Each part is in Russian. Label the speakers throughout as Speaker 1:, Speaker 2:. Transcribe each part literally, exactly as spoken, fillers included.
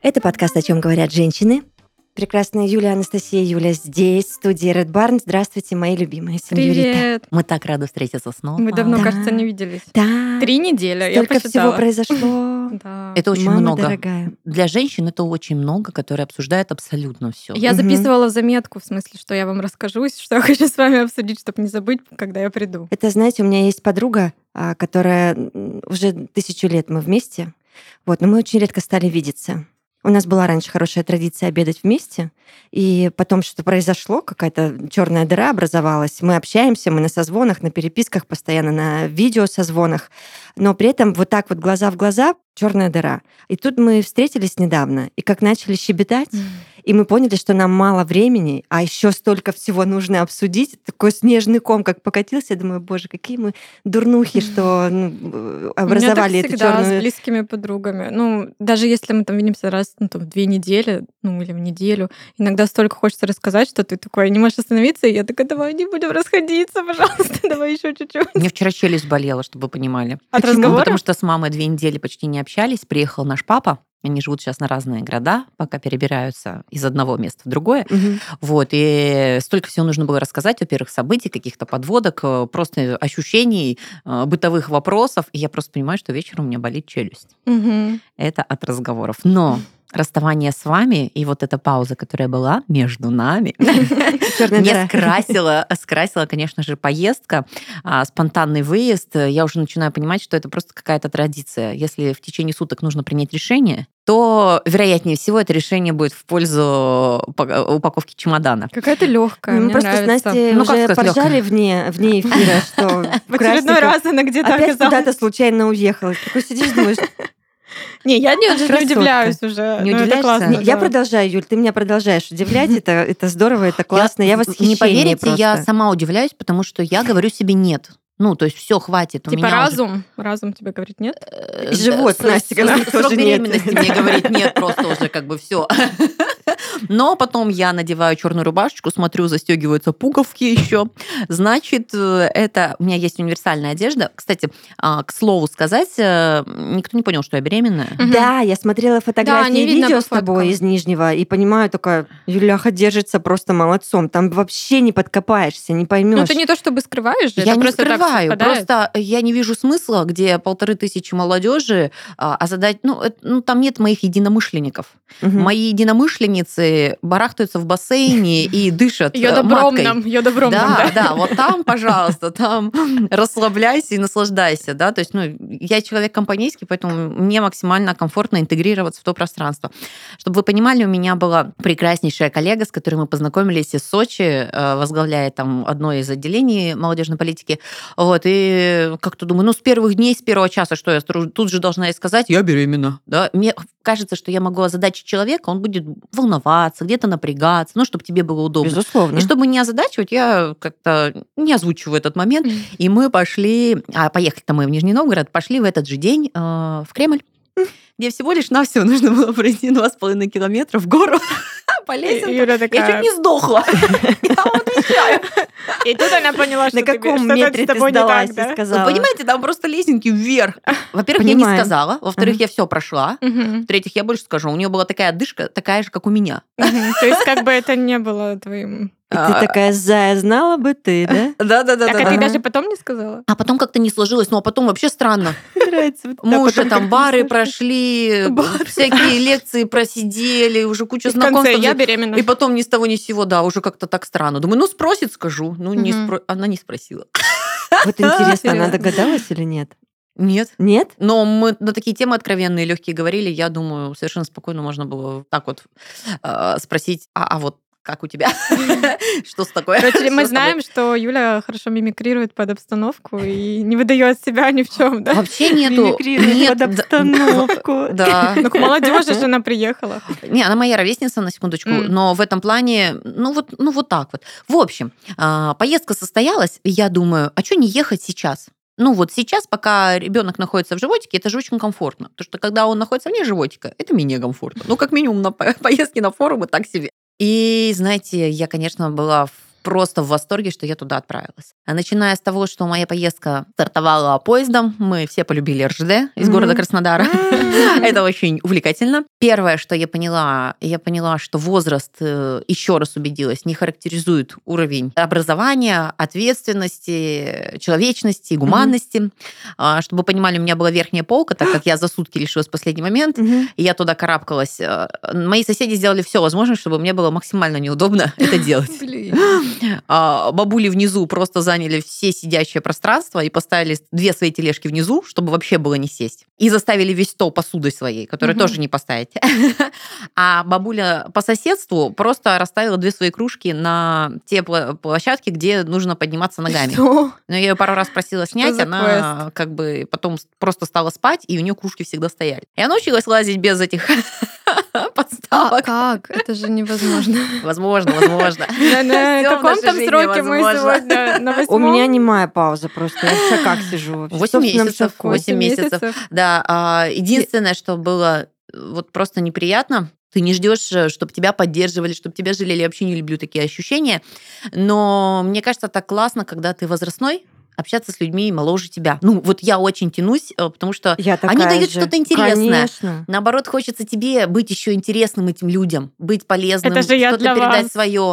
Speaker 1: Это подкаст «О чем говорят женщины». Прекрасная Юля, Анастасия, Юля здесь, в студии Red Barn. Здравствуйте, мои любимые сеньориты.
Speaker 2: Привет.
Speaker 3: Мы так рады встретиться снова.
Speaker 2: Мы давно,
Speaker 1: Да.
Speaker 2: кажется, не виделись.
Speaker 1: Да.
Speaker 2: Три недели, я
Speaker 1: Столько
Speaker 2: посчитала.
Speaker 1: всего произошло.
Speaker 2: Да.
Speaker 3: Это очень
Speaker 1: Мама
Speaker 3: много.
Speaker 1: дорогая.
Speaker 3: Для женщин это очень много, которые обсуждают абсолютно все.
Speaker 2: Я
Speaker 1: Мгм.
Speaker 2: записывала заметку, в смысле, что я вам расскажу, что я хочу с вами обсудить, чтобы не забыть, когда я приду.
Speaker 1: Это, знаете, у меня есть подруга, а, которая м, уже тысячу лет мы вместе, вот, но мы очень редко стали видеться. У нас была раньше хорошая традиция обедать вместе, и потом что-то произошло, какая-то черная дыра образовалась. Мы общаемся, мы на созвонах, на переписках, постоянно на видеосозвонах, но при этом вот так вот глаза в глаза черная дыра. И тут мы встретились недавно, и как начали щебетать, и мы поняли, что нам мало времени, а еще столько всего нужно обсудить. Такой снежный ком, как покатился. Я думаю, боже, какие мы дурнухи, что ну, образовали
Speaker 2: У меня
Speaker 1: эту
Speaker 2: так всегда
Speaker 1: черную...
Speaker 2: с близкими подругами. Ну, даже если мы там видимся раз ну, там, в две недели, ну, или в неделю, иногда столько хочется рассказать, что ты такой не можешь остановиться, и я такая, давай не будем расходиться, пожалуйста, давай еще чуть-чуть.
Speaker 3: Мне вчера челюсть болела, чтобы вы понимали.
Speaker 2: От
Speaker 3: Почему?
Speaker 2: разговора?
Speaker 3: Потому что с мамой две недели почти не общались. Приехал наш папа. Они живут сейчас на разные города, пока перебираются из одного места в другое.
Speaker 1: Мгм.
Speaker 3: Вот, и столько всего нужно было рассказать, во-первых, событий, каких-то подводок, э, просто ощущений, э, бытовых вопросов. И я просто понимаю, что вечером у меня болит челюсть.
Speaker 2: Мгм.
Speaker 3: Это от разговоров. Но расставание с вами и вот эта пауза, которая была между нами,
Speaker 1: Чёрная
Speaker 3: не
Speaker 1: дыра.
Speaker 3: скрасила, скрасила, конечно же, поездка, а, спонтанный выезд. Я уже начинаю понимать, что это просто какая-то традиция. Если в течение суток нужно принять решение, то, вероятнее всего, это решение будет в пользу упа- упаковки чемодана.
Speaker 2: Какая-то легкая,
Speaker 1: Мы
Speaker 2: мне
Speaker 1: просто с
Speaker 2: нравится.
Speaker 1: Настей
Speaker 3: Ну, как
Speaker 1: уже
Speaker 3: сказать,
Speaker 1: поржали вне, вне эфира, что
Speaker 2: В очередной раз она где-то
Speaker 1: опять
Speaker 2: оказалась.
Speaker 1: куда-то случайно уехала. Ты такой сидишь, думаешь...
Speaker 2: Не, я не, уже не
Speaker 1: Красотка.
Speaker 2: удивляюсь уже.
Speaker 3: Не
Speaker 2: Ну, это
Speaker 3: удивляешься?
Speaker 2: классно,
Speaker 1: Не, Я
Speaker 2: да.
Speaker 1: продолжаю, Юль, ты меня продолжаешь удивлять. Это, это здорово, это классно. Я,
Speaker 3: Я-
Speaker 1: восхищение
Speaker 3: Не поверите,
Speaker 1: просто.
Speaker 3: я сама удивляюсь, потому что я говорю себе нет. Ну, то есть все, хватит. У
Speaker 2: Типа
Speaker 3: меня уже
Speaker 2: разум. Разум тебе говорит нет?
Speaker 3: Э,
Speaker 1: Живот,
Speaker 3: с-
Speaker 1: Настя,
Speaker 3: с-
Speaker 1: говорит,
Speaker 3: срок
Speaker 1: тоже нет.
Speaker 3: беременности мне говорит нет, просто уже как бы все. Но потом я надеваю черную рубашечку, смотрю, застегиваются пуговки еще. Значит, э, это у меня есть универсальная одежда. Кстати, а, к слову сказать, э, никто не понял, что я беременная.
Speaker 2: Мгм.
Speaker 1: Да, я смотрела фотографии
Speaker 2: не
Speaker 1: и
Speaker 2: видно
Speaker 1: видео
Speaker 2: по
Speaker 1: с тобой
Speaker 2: фоткам.
Speaker 1: из Нижнего и понимаю, такая, Юляха держится просто молодцом. Там вообще не подкопаешься, не поймешь.
Speaker 2: Ну, ты не то чтобы скрываешь же,
Speaker 3: Я
Speaker 2: это
Speaker 3: не
Speaker 2: просто так
Speaker 3: скрываю,
Speaker 2: совпадает.
Speaker 3: просто я не вижу смысла, где полторы тысячи молодежи, а а задать, ну, это- ну, там нет моих единомышленников.
Speaker 1: Мгм.
Speaker 3: Мои единомышленницы барахтаются в бассейне и дышат э,
Speaker 2: Йодобром
Speaker 3: маткой.
Speaker 2: нам, йодобром нам,
Speaker 3: Да,
Speaker 2: да.
Speaker 3: да, вот там, пожалуйста, там расслабляйся и наслаждайся, да, то есть, ну, я человек компанейский, поэтому мне максимально комфортно интегрироваться в то пространство. Чтобы вы понимали, у меня была прекраснейшая коллега, с которой мы познакомились из Сочи, э, возглавляет там одно из отделений молодежной политики, вот, и как-то думаю, ну, с первых дней, с первого часа, что я стру- тут же должна ей сказать, я беременна, да, мне кажется, что я могу озадачить человека, он будет волноваться, где-то напрягаться, ну, чтобы тебе было удобно.
Speaker 1: Безусловно.
Speaker 3: И чтобы не озадачивать, я как-то не озвучиваю этот момент. И мы пошли, а поехали-то мы в Нижний Новгород, пошли в этот же день э, в Кремль, где всего лишь навсего нужно было пройти два с половиной километра в гору по
Speaker 2: И
Speaker 3: лесенкам.
Speaker 2: Юля
Speaker 3: Я
Speaker 2: такая...
Speaker 3: чуть не сдохла. Я вам отвечаю.
Speaker 2: И тут она поняла, что
Speaker 1: На
Speaker 2: ты-
Speaker 1: каком
Speaker 2: что-то
Speaker 1: метре
Speaker 2: с
Speaker 1: ты
Speaker 2: тобой не
Speaker 1: сдалась
Speaker 2: так,
Speaker 1: и
Speaker 2: да?
Speaker 3: Ну,
Speaker 1: сказала?
Speaker 3: понимаете, там просто лесенки вверх. Во-первых, я не
Speaker 1: Понимаем.
Speaker 3: сказала. Во-вторых,
Speaker 1: Ага.
Speaker 3: я все прошла.
Speaker 2: Мгм.
Speaker 3: В-третьих, я больше скажу, у нее была такая одышка, такая же, как у меня.
Speaker 2: Мгм. То есть как бы это не было твоим...
Speaker 1: И ты такая, зая, знала бы ты, да?
Speaker 3: Да-да-да.
Speaker 2: Так, а ты
Speaker 1: да.
Speaker 2: даже потом не сказала?
Speaker 3: А потом как-то не сложилось, ну а потом вообще странно.
Speaker 1: Нравится.
Speaker 3: Мы
Speaker 1: Да,
Speaker 3: уже
Speaker 1: потом
Speaker 3: там
Speaker 1: как-то
Speaker 3: бары
Speaker 1: не
Speaker 3: прошли,
Speaker 2: Бары.
Speaker 3: всякие лекции просидели, уже кучу
Speaker 2: И в конце
Speaker 3: знакомств.
Speaker 2: я беременна.
Speaker 3: И потом ни с того ни с сего, да, уже как-то так странно. Думаю, ну спросит, скажу. Ну, не
Speaker 2: Мгм.
Speaker 3: спро- она не спросила.
Speaker 1: Вот интересно, она
Speaker 2: Интересно.
Speaker 1: догадалась или нет?
Speaker 3: Нет.
Speaker 1: Нет?
Speaker 3: Но мы на такие темы откровенные, легкие говорили. Я думаю, совершенно спокойно можно было так вот э, спросить, а, а вот как у тебя? Что с такое?
Speaker 2: Короче,
Speaker 3: Что
Speaker 2: мы
Speaker 3: с тобой?
Speaker 2: знаем, что Юля хорошо мимикрирует под обстановку и не выдает себя ни в чем, да?
Speaker 3: Вообще нету.
Speaker 1: Мимикрирует
Speaker 3: Нет,
Speaker 1: под
Speaker 3: да-
Speaker 1: обстановку.
Speaker 3: Да.
Speaker 2: Ну, к молодежи же она приехала.
Speaker 3: Не, она моя ровесница, на секундочку,
Speaker 2: М.
Speaker 3: но в этом плане, ну вот, ну вот так вот. В общем, а, поездка состоялась, и я думаю, а что не ехать сейчас? Ну вот сейчас, пока ребенок находится в животике, это же очень комфортно. Потому что когда он находится вне животика, это менее комфортно. Ну, как минимум, на по- поездки на форумы так себе. И, знаете, я, конечно, была в просто в восторге, что я туда отправилась. А начиная с того, что моя поездка стартовала поездом, мы все полюбили эр жэ дэ из mm-hmm. города Краснодара. Mm-hmm. Это очень увлекательно. Первое, что я поняла, я поняла, что возраст, еще раз убедилась, не характеризует уровень образования, ответственности, человечности, гуманности. Mm-hmm. Чтобы вы понимали, у меня была верхняя полка, так как я за сутки лишилась в последний момент, mm-hmm. и я туда карабкалась. Мои соседи сделали все возможное, чтобы мне было максимально неудобно это делать. Бабули внизу просто заняли все сидящее пространство и поставили две свои тележки внизу, чтобы вообще было не сесть. И заставили весь стол посудой своей, которую угу. тоже не поставить. А бабуля по соседству просто расставила две свои кружки на те площадки, где нужно подниматься ногами.
Speaker 2: Что?
Speaker 3: Но я ее пару раз просила снять, она квест? Как бы потом просто стала спать, и у нее кружки всегда стояли. И она училась лазить без этих подставок.
Speaker 2: А как? Это же невозможно.
Speaker 3: Возможно, возможно.
Speaker 2: На каком там сроке мы сегодня? На восьмом?
Speaker 1: У меня немая пауза просто. Я в шоках сижу.
Speaker 3: Восемь месяцев. Восемь месяцев. Да. Единственное, что было вот просто неприятно, ты не ждешь, чтобы тебя поддерживали, чтобы тебя жалели. Я вообще не люблю такие ощущения. Но мне кажется, так классно, когда ты возрастной, общаться с людьми моложе тебя. Ну, вот я очень тянусь, потому что они дают же. Что-то интересное. Конечно. Наоборот, хочется тебе быть еще интересным этим людям, быть полезным,
Speaker 2: это же я
Speaker 3: что-то
Speaker 2: для
Speaker 3: передать
Speaker 2: вас.
Speaker 3: Свое.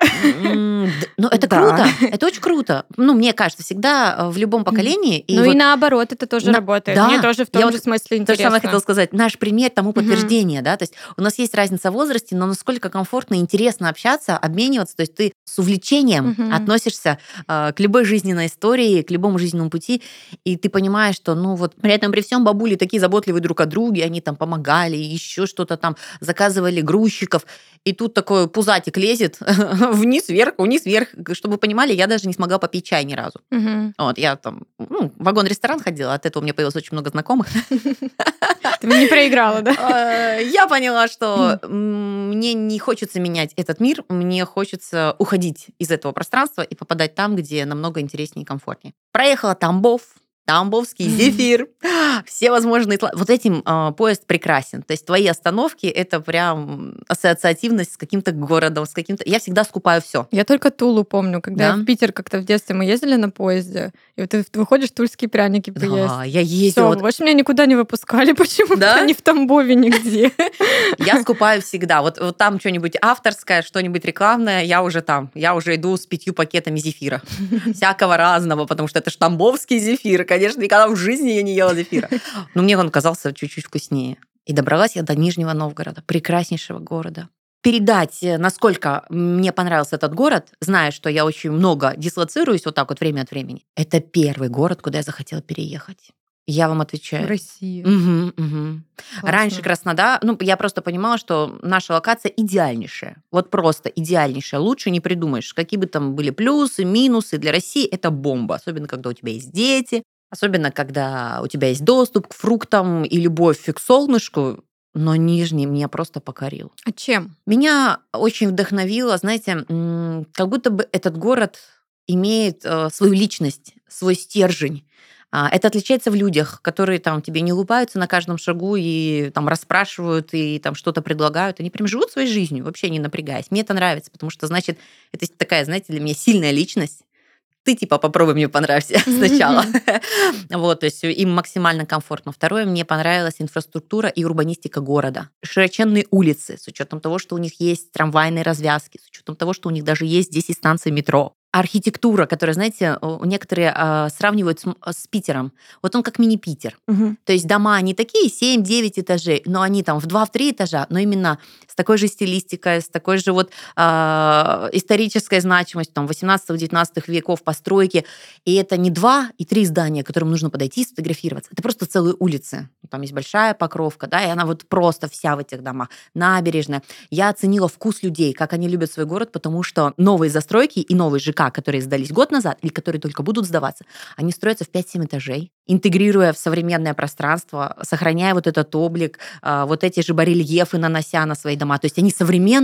Speaker 3: Ну, это круто. Это очень круто. Ну, мне кажется, всегда в любом поколении.
Speaker 2: Ну и наоборот, это тоже работает. Мне тоже в том же смысле интересно.
Speaker 3: То же самое хотела сказать. Наш пример тому подтверждение, да, то есть у нас есть разница в возрасте, но насколько комфортно и интересно общаться, обмениваться, то есть ты с увлечением относишься к любой жизненной истории, к любому жизненному пути, и ты понимаешь, что, ну вот, при этом, при всем бабули такие заботливые друг о друге, они там помогали, еще что-то там, заказывали грузчиков, и тут такой пузатик лезет вниз, вверх, вниз, вверх, чтобы вы понимали, я даже не смогла попить чай ни разу.
Speaker 2: Угу.
Speaker 3: Вот, я там, ну, в вагон-ресторан ходила, от этого у меня появилось очень много знакомых.
Speaker 2: Ты не проиграла, да?
Speaker 3: Я поняла, что мне не хочется менять этот мир, мне хочется уходить из этого пространства и попадать там, где намного интереснее и комфортнее. Проехала Тамбов, Тамбовский зефир, все возможные... Вот этим э, поезд прекрасен. То есть твои остановки — это прям ассоциативность с каким-то городом, с каким-то... Я всегда скупаю все.
Speaker 2: Я только Тулу помню, когда да? я в Питер как-то в детстве мы ездили на поезде, и вот ты выходишь, тульские пряники поесть.
Speaker 3: Да, я ездила.
Speaker 2: Всё, больше меня никуда не выпускали почему-то, да? Ни в Тамбове, нигде.
Speaker 3: Я скупаю всегда. Вот, вот там что-нибудь авторское, что-нибудь рекламное, я уже там. Я уже иду с пятью пакетами зефира. Всякого разного, потому что это ж тамбовский зефир. Конечно, никогда в жизни я не ела зефира. Но мне он казался чуть-чуть вкуснее. И добралась я до Нижнего Новгорода, прекраснейшего города. Передать, насколько мне понравился этот город, зная, что я очень много дислоцируюсь вот так вот время от времени, это первый город, куда я захотела переехать. Я вам отвечаю.
Speaker 2: В Россию.
Speaker 3: Угу, угу. Раньше Краснодар, ну, я просто понимала, что наша локация идеальнейшая. Вот просто идеальнейшая. Лучше не придумаешь. Какие бы там были плюсы, минусы. Для России это бомба. Особенно, когда у тебя есть дети. Особенно, когда у тебя есть доступ к фруктам и любовь к солнышку. Но Нижний меня просто покорил.
Speaker 2: А чем?
Speaker 3: Меня очень вдохновило, знаете, как будто бы этот город имеет свою личность, свой стержень. Это отличается в людях, которые там тебе не улыбаются на каждом шагу и там расспрашивают и там что-то предлагают. Они прям живут своей жизнью, вообще не напрягаясь. Мне это нравится, потому что, значит, это такая, знаете, для меня сильная личность. Ты типа попробуй мне понравься сначала. Вот, то есть им максимально комфортно. Второе, мне понравилась инфраструктура и урбанистика города. Широченные улицы, с учетом того, что у них есть трамвайные развязки, с учетом того, что у них даже есть здесь и станции метро. Архитектура, которая, знаете, некоторые э, сравнивают с, с Питером. Вот он как мини-Питер. Угу. То есть дома не такие семь-девять этажей, но они там в два-три этажа, но именно с такой же стилистикой, с такой же вот э, исторической значимостью, там, восемнадцатого-девятнадцатого веков постройки. И это не два и три здания, к которым нужно подойти и сфотографироваться. Это просто целые улицы. Там есть большая Покровка, да, и она вот просто вся в этих домах. Набережная. Я оценила вкус людей, как они любят свой город, потому что новые застройки и новые ЖК, которые сдались год назад или которые только будут сдаваться, они строятся в пять-семь этажей, интегрируя в современное пространство, сохраняя вот этот облик, вот эти же барельефы нанося на свои дома. То есть они современные,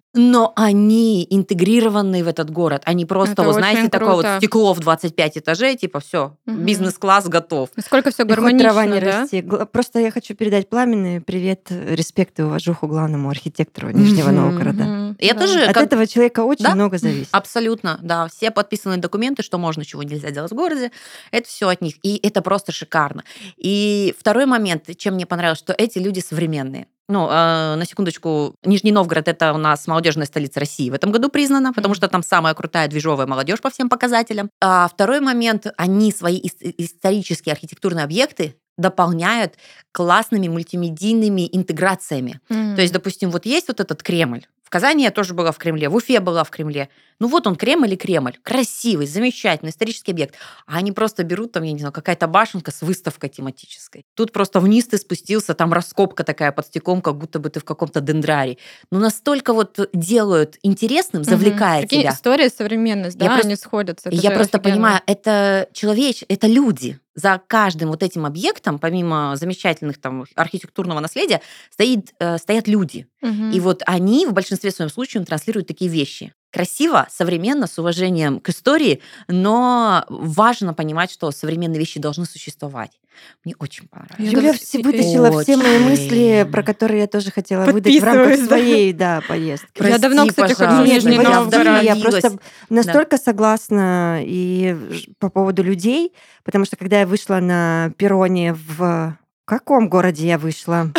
Speaker 3: но они интегрированы в этот город. Они просто,
Speaker 2: Это
Speaker 3: вы
Speaker 2: очень
Speaker 3: знаете, такое вот
Speaker 2: круто.
Speaker 3: стекло в двадцать пять этажей, типа все,
Speaker 2: Мгм.
Speaker 3: бизнес-класс готов.
Speaker 2: Насколько все
Speaker 1: И хоть трава не
Speaker 2: гармонично, да?
Speaker 1: расти. Гла- Просто я хочу передать пламенный привет, респект и уважуху главному архитектору Нижнего
Speaker 3: Мгм.
Speaker 1: Новгорода.
Speaker 2: Мгм.
Speaker 3: Я
Speaker 2: Да.
Speaker 3: тоже
Speaker 1: От
Speaker 3: как-
Speaker 1: этого человека очень
Speaker 3: Да?
Speaker 1: много зависит.
Speaker 3: Абсолютно, да. Все подписанные документы, что можно, чего нельзя делать в городе, это все от них. И это просто шикарно. И второй момент, чем мне понравилось, что эти люди современные. Ну, э, на секундочку, Нижний Новгород — это у нас молодежная столица России в этом году признана, потому
Speaker 2: Мгм.
Speaker 3: что там самая крутая движовая молодежь по всем показателям. А второй момент, они свои ис- исторические архитектурные объекты дополняют классными мультимедийными интеграциями.
Speaker 2: М.
Speaker 3: То есть, допустим, вот есть вот этот Кремль. В Казани я тоже была в Кремле, в Уфе была в Кремле. Ну вот он, Кремль и Кремль. Красивый, замечательный исторический объект. А они просто берут там, я не знаю, какая-то башенка с выставкой тематической. Тут просто вниз ты спустился, там раскопка такая под стеклом, как будто бы ты в каком-то дендрарии. Ну настолько вот делают интересным,
Speaker 2: Мгм.
Speaker 3: завлекая
Speaker 2: Прикинь,
Speaker 3: тебя.
Speaker 2: история и современность,
Speaker 3: Я
Speaker 2: да,
Speaker 3: просто-
Speaker 2: они сходятся.
Speaker 3: И
Speaker 2: Это
Speaker 3: я
Speaker 2: же
Speaker 3: просто
Speaker 2: офигенно.
Speaker 3: понимаю, это человеч, это люди. За каждым вот этим объектом, помимо замечательных там архитектурного наследия, стоит, э, стоят люди.
Speaker 2: Мгм.
Speaker 3: И вот они в большинстве своем случаев транслируют такие вещи. Красиво, современно, с уважением к истории, но важно понимать, что современные вещи должны существовать. Мне очень понравилось.
Speaker 2: Я
Speaker 1: Юля
Speaker 2: даже-
Speaker 1: все вытащила все мои
Speaker 3: Очень.
Speaker 1: мысли, про которые я тоже хотела выдать в рамках
Speaker 2: Подписываюсь, да.
Speaker 1: своей да, поездки.
Speaker 2: Я давно, кстати, хочу в
Speaker 3: пожалуйста,
Speaker 2: Нижний
Speaker 1: Нет,
Speaker 3: я
Speaker 2: Новгород.
Speaker 1: подожди, я
Speaker 3: вдохновилась.
Speaker 1: просто настолько согласна и ж- по поводу людей, потому что когда я вышла на перроне в каком городе я вышла?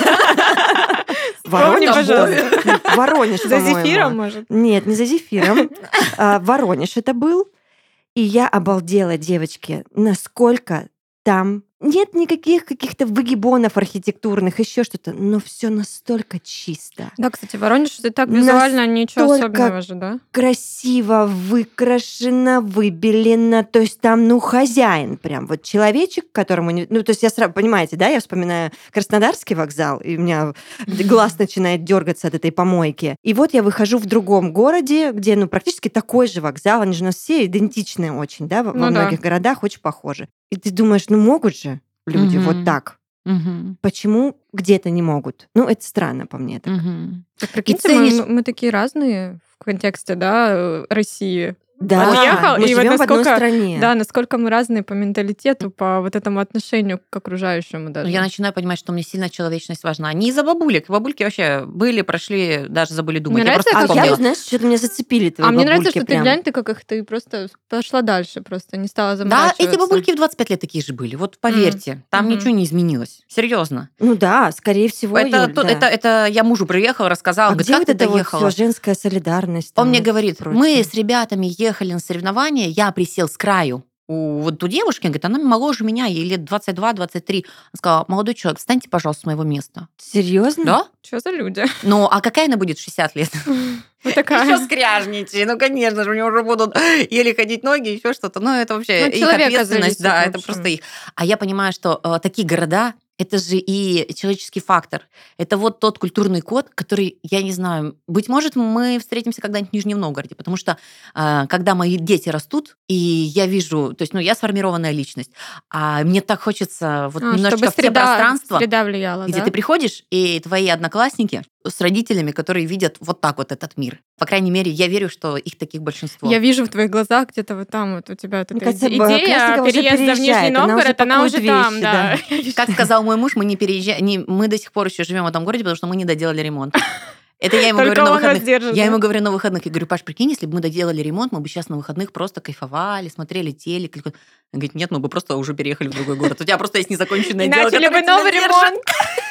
Speaker 2: Вспомни,
Speaker 1: Воронеж, что ли?
Speaker 2: пожалуйста.
Speaker 1: Воронеж,
Speaker 2: За
Speaker 1: по-моему.
Speaker 2: зефиром, может?
Speaker 1: Нет, не за зефиром. А, Воронеж это был. И я обалдела, девочки, насколько там нет никаких каких-то выгибонов архитектурных, еще что-то, но все настолько чисто.
Speaker 2: Да, кстати, Воронеж, это так визуально ничего
Speaker 1: Настолько
Speaker 2: особенного же, да?
Speaker 1: Красиво выкрашено, выбелено. То есть там, ну, хозяин прям. Вот человечек, которому... не- Ну, то есть я сразу, понимаете, да, я вспоминаю Краснодарский вокзал, и у меня глаз начинает дергаться от этой помойки. И вот я выхожу в другом городе, где, ну, практически такой же вокзал. Они же у нас все идентичные очень, да, во, во
Speaker 2: Ну да.
Speaker 1: многих городах очень похожи. И ты думаешь, ну, могут же люди
Speaker 3: Мгм.
Speaker 1: вот так.
Speaker 3: Мгм.
Speaker 1: Почему где-то не могут? Ну, это странно по мне. Так.
Speaker 3: Мгм.
Speaker 2: Так, прикиньте,
Speaker 3: ценишь-
Speaker 2: мы, мы такие разные в контексте, да, э, России.
Speaker 1: Да,
Speaker 2: Уехал,
Speaker 1: мы
Speaker 2: и вот
Speaker 1: живем в одной
Speaker 2: насколько-
Speaker 1: стране.
Speaker 2: Да, насколько мы разные по менталитету, по вот этому отношению к окружающему
Speaker 3: Ну,
Speaker 2: даже.
Speaker 3: я начинаю понимать, что мне сильно человечность важна. Не из-за бабулек. Бабульки вообще были, прошли, даже забыли думать.
Speaker 2: Мне
Speaker 3: Я
Speaker 2: нравится,
Speaker 3: просто
Speaker 1: А
Speaker 2: как
Speaker 1: я,
Speaker 3: вспомнила.
Speaker 1: знаешь, что-то меня зацепили твои
Speaker 2: А мне нравится,
Speaker 1: бабульки
Speaker 2: что ты
Speaker 1: прям.
Speaker 2: глянь, ты как их, ты просто пошла дальше, просто не стала
Speaker 3: Да,
Speaker 2: заморачиваться.
Speaker 3: эти бабульки в двадцать пять лет такие же были. Вот поверьте, там
Speaker 2: Мгм.
Speaker 3: ничего не изменилось. Серьезно.
Speaker 1: Ну да, скорее всего,
Speaker 3: Это,
Speaker 1: Юль,
Speaker 3: то-
Speaker 1: да.
Speaker 3: это, это я мужу приехала, рассказала,
Speaker 1: А
Speaker 3: говорит,
Speaker 1: где
Speaker 3: как
Speaker 1: вот
Speaker 3: ты
Speaker 1: это вот
Speaker 3: доехала?
Speaker 1: всё, женская солидарность?
Speaker 3: Он
Speaker 1: там
Speaker 3: мне
Speaker 1: и
Speaker 3: говорит,
Speaker 1: прочее?
Speaker 3: мы с ребятами ехали на соревнования, я присел с краю. У, вот у девушки, говорит, она моложе меня, ей лет двадцать два двадцать три. Она сказала, молодой человек, встаньте, пожалуйста, с моего места.
Speaker 1: Серьезно?
Speaker 3: Да?
Speaker 2: Что за люди?
Speaker 3: Ну, а какая она будет в шестьдесят лет?
Speaker 2: Вот такая.
Speaker 3: Еще скряжничай. Ну, конечно же, у него уже будут еле ходить ноги, еще что-то. Ну, это вообще
Speaker 2: Ну, от
Speaker 3: их
Speaker 2: человека
Speaker 3: ответственность,
Speaker 2: зависит,
Speaker 3: да,
Speaker 2: в
Speaker 3: это
Speaker 2: общем.
Speaker 3: просто их. А я понимаю, что э, такие города, это же и человеческий фактор. Это вот тот культурный код, который, я не знаю, быть может, мы встретимся когда-нибудь в Нижнем Новгороде, потому что э, когда мои дети растут, и я вижу, то есть, ну, я сформированная личность, а мне так хочется вот
Speaker 2: А,
Speaker 3: немножечко
Speaker 2: чтобы
Speaker 3: в те
Speaker 2: среда,
Speaker 3: пространства,
Speaker 2: среда влияла,
Speaker 3: где
Speaker 2: да?
Speaker 3: ты приходишь, и твои одноклассники с родителями, которые видят вот так вот этот мир. По крайней мере, я верю, что их таких большинство.
Speaker 2: Я вижу в твоих глазах где-то вот там вот у тебя вот
Speaker 1: Мне
Speaker 2: эта
Speaker 1: кажется,
Speaker 2: иде-
Speaker 1: б-
Speaker 2: идея
Speaker 1: Красика уже
Speaker 2: переезда в Нижний
Speaker 1: переезжает, она уже
Speaker 2: Новгород, она
Speaker 1: пакует
Speaker 2: уже там,
Speaker 1: вещи,
Speaker 2: да.
Speaker 3: Как сказал мой муж, мы не переезжаем, не, мы до сих пор еще живем в этом городе, потому что мы не доделали ремонт. Это я ему
Speaker 2: Только
Speaker 3: говорю на
Speaker 2: он
Speaker 3: выходных.
Speaker 2: вас держит,
Speaker 3: Я
Speaker 2: да?
Speaker 3: ему говорю на выходных. Я говорю, Паш, прикинь, если бы мы доделали ремонт, мы бы сейчас на выходных просто кайфовали, смотрели телек. Он говорит, нет, мы бы просто уже переехали в другой город. У тебя просто есть незаконченное
Speaker 2: И
Speaker 3: дело,
Speaker 2: начали
Speaker 3: которое
Speaker 2: бы
Speaker 3: тебя
Speaker 2: новый
Speaker 3: держит.
Speaker 2: ремонт.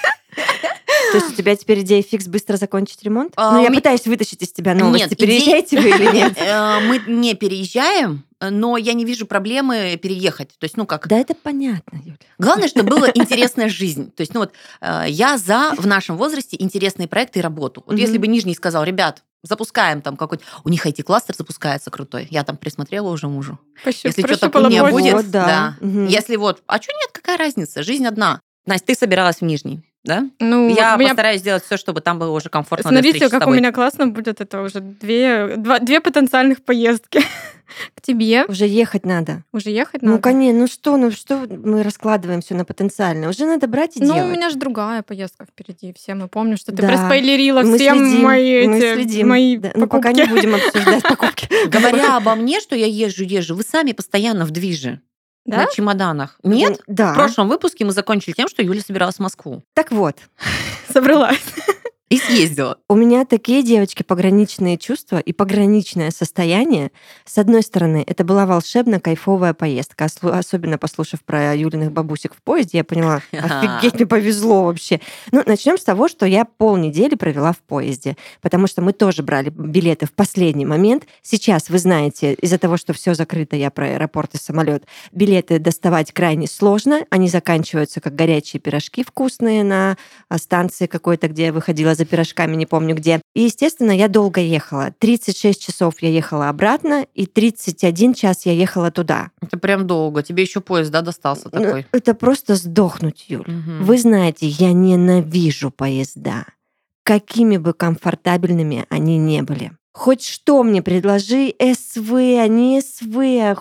Speaker 1: То есть у тебя теперь идея фикс быстро закончить ремонт?
Speaker 3: А,
Speaker 1: Ну,
Speaker 3: у
Speaker 1: я
Speaker 3: ме-
Speaker 1: пытаюсь вытащить из тебя новости.
Speaker 3: Нет, идея-
Speaker 1: Переезжаете вы или нет?
Speaker 3: Э, Мы не переезжаем, но я не вижу проблемы переехать. То есть, ну как,
Speaker 1: Да, это понятно, Юля.
Speaker 3: главное, чтобы была интересная жизнь. То есть, ну вот, э, я за в нашем возрасте интересные проекты и работу. Вот
Speaker 1: Мгм.
Speaker 3: если бы Нижний сказал, ребят, запускаем там какой-то... У них ай ти-кластер запускается крутой. Я там присмотрела уже мужу.
Speaker 2: Пощуп-
Speaker 3: Если что-то
Speaker 2: прощупала
Speaker 3: не
Speaker 2: почву.
Speaker 3: будет,
Speaker 1: Вот, да.
Speaker 3: да.
Speaker 1: Мгм.
Speaker 3: Если вот... А что нет, какая разница? Жизнь одна. Настя, ты собиралась в Нижний, да?
Speaker 2: Ну,
Speaker 3: Я
Speaker 2: у меня-
Speaker 3: постараюсь сделать все, чтобы там было уже комфортно для
Speaker 2: Смотрите,
Speaker 3: встречи с
Speaker 2: как у
Speaker 3: тобой.
Speaker 2: меня классно будет. Это уже две, два- две потенциальных поездки. К тебе.
Speaker 1: Уже ехать надо.
Speaker 2: Уже ехать
Speaker 1: Ну,
Speaker 2: надо?
Speaker 1: конечно, ну что, ну что мы раскладываем все на потенциальное? Уже надо брать и
Speaker 2: Ну,
Speaker 1: делать.
Speaker 2: у меня же другая поездка впереди. Все мы помним, что ты
Speaker 1: Да.
Speaker 2: проспойлерила
Speaker 1: Мы
Speaker 2: всем
Speaker 1: следим,
Speaker 2: мои,
Speaker 1: мы
Speaker 2: эти,
Speaker 1: следим.
Speaker 2: мои
Speaker 1: Да, ну, пока не
Speaker 2: покупки.
Speaker 1: будем обсуждать покупки.
Speaker 3: Говоря обо мне, что я езжу, езжу, вы сами постоянно в движе.
Speaker 2: Да?
Speaker 3: На чемоданах. Нет?
Speaker 1: Да.
Speaker 3: В прошлом выпуске мы закончили тем, что Юля собиралась в Москву.
Speaker 1: Так вот,
Speaker 2: Собралась.
Speaker 3: И съездила.
Speaker 1: у меня такие, девочки, пограничные чувства и пограничное состояние. С одной стороны, это была волшебно кайфовая поездка. Ослу- Особенно послушав про Юлиных бабусек в поезде, я поняла, офигеть, мне повезло вообще. Ну, начнем с того, что я полнедели провела в поезде, потому что мы тоже брали билеты в последний момент. Сейчас, вы знаете, из-за того, что все закрыто, я про аэропорт и самолет, билеты доставать крайне сложно. Они заканчиваются как горячие пирожки вкусные на а, станции какой-то, где я выходила за пирожками, не помню где. И, естественно, я долго ехала. тридцать шесть часов я ехала обратно, и тридцать один час я ехала туда.
Speaker 3: Это прям долго. Тебе еще поезд, да, достался
Speaker 1: Ну,
Speaker 3: такой?
Speaker 1: это просто сдохнуть, Юль.
Speaker 3: Мгм.
Speaker 1: Вы знаете, я ненавижу поезда. Какими бы комфортабельными они не были. Хоть что мне предложи, СВ, не СВ.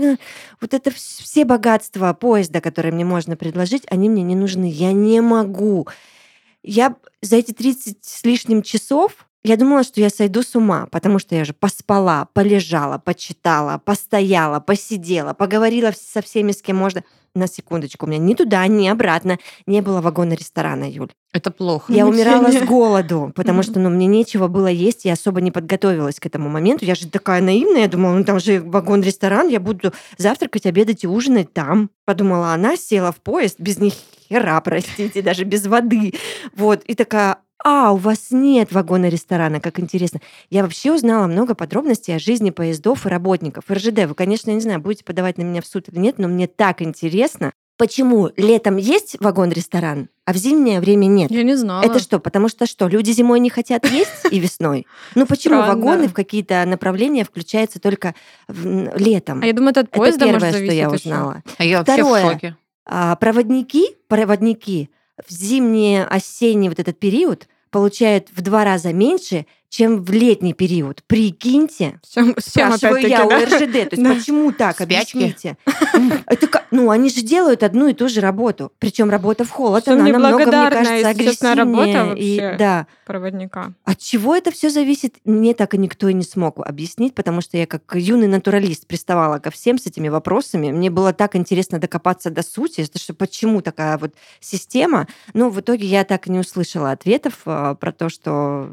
Speaker 1: Вот это вс- все богатства поезда, которые мне можно предложить, они мне не нужны. Я не могу. Я б- за эти тридцать с лишним часов я думала, что я сойду с ума, потому что я же поспала, полежала, почитала, постояла, посидела, поговорила вс- со всеми, с кем можно. На секундочку, у меня ни туда, ни обратно не было вагона ресторана, Юль.
Speaker 3: Это плохо.
Speaker 1: Я умирала с
Speaker 2: Мучение.
Speaker 1: голоду, потому
Speaker 2: Мгм.
Speaker 1: что ну, мне нечего было есть, я особо не подготовилась к этому моменту. Я же такая наивная, я думала, ну там же вагон-ресторан, я буду завтракать, обедать и ужинать там. Подумала она, села в поезд без ни хера, простите, даже без воды. Вот, и такая, а, у вас нет вагона-ресторана, как интересно. Я вообще узнала много подробностей о жизни поездов и работников. РЖД, вы, конечно, я не знаю, будете подавать на меня в суд или нет, но мне так интересно, почему летом есть вагон-ресторан, а в зимнее время нет.
Speaker 2: Я не знала.
Speaker 1: Это что, потому что что, люди зимой не хотят есть и весной? Ну почему
Speaker 2: Странно.
Speaker 1: вагоны в какие-то направления включаются только в- н- летом?
Speaker 2: А я думаю, это от
Speaker 1: Это
Speaker 2: поезда
Speaker 1: первое,
Speaker 2: может
Speaker 1: что
Speaker 2: зависеть
Speaker 1: я
Speaker 2: ещё.
Speaker 1: узнала.
Speaker 3: А я вообще
Speaker 1: Второе.
Speaker 3: в шоке.
Speaker 1: А, проводники, проводники в зимний, осенний вот этот период получают в два раза меньше, чем в летний период. Прикиньте.
Speaker 2: С чем, с чем
Speaker 1: Спрашиваю
Speaker 2: опять-таки,
Speaker 1: я у
Speaker 2: да?
Speaker 1: РЖД, то есть
Speaker 2: Да.
Speaker 1: почему так?
Speaker 3: Спячки?
Speaker 1: Объясните. Это как- ну, они же делают одну и ту же работу. Причем работа в холод,
Speaker 2: Всё
Speaker 1: она намного, мне
Speaker 2: неблагодарная
Speaker 1: кажется,
Speaker 2: и честная работа
Speaker 1: агрессивнее. И,
Speaker 2: вообще.
Speaker 1: да.
Speaker 2: Проводника.
Speaker 1: От чего это все зависит, мне так и никто и не смог объяснить, потому что я как юный натуралист приставала ко всем с этими вопросами. Мне было так интересно докопаться до сути, что что почему такая вот система. Но в итоге я так и не услышала ответов а, про то, что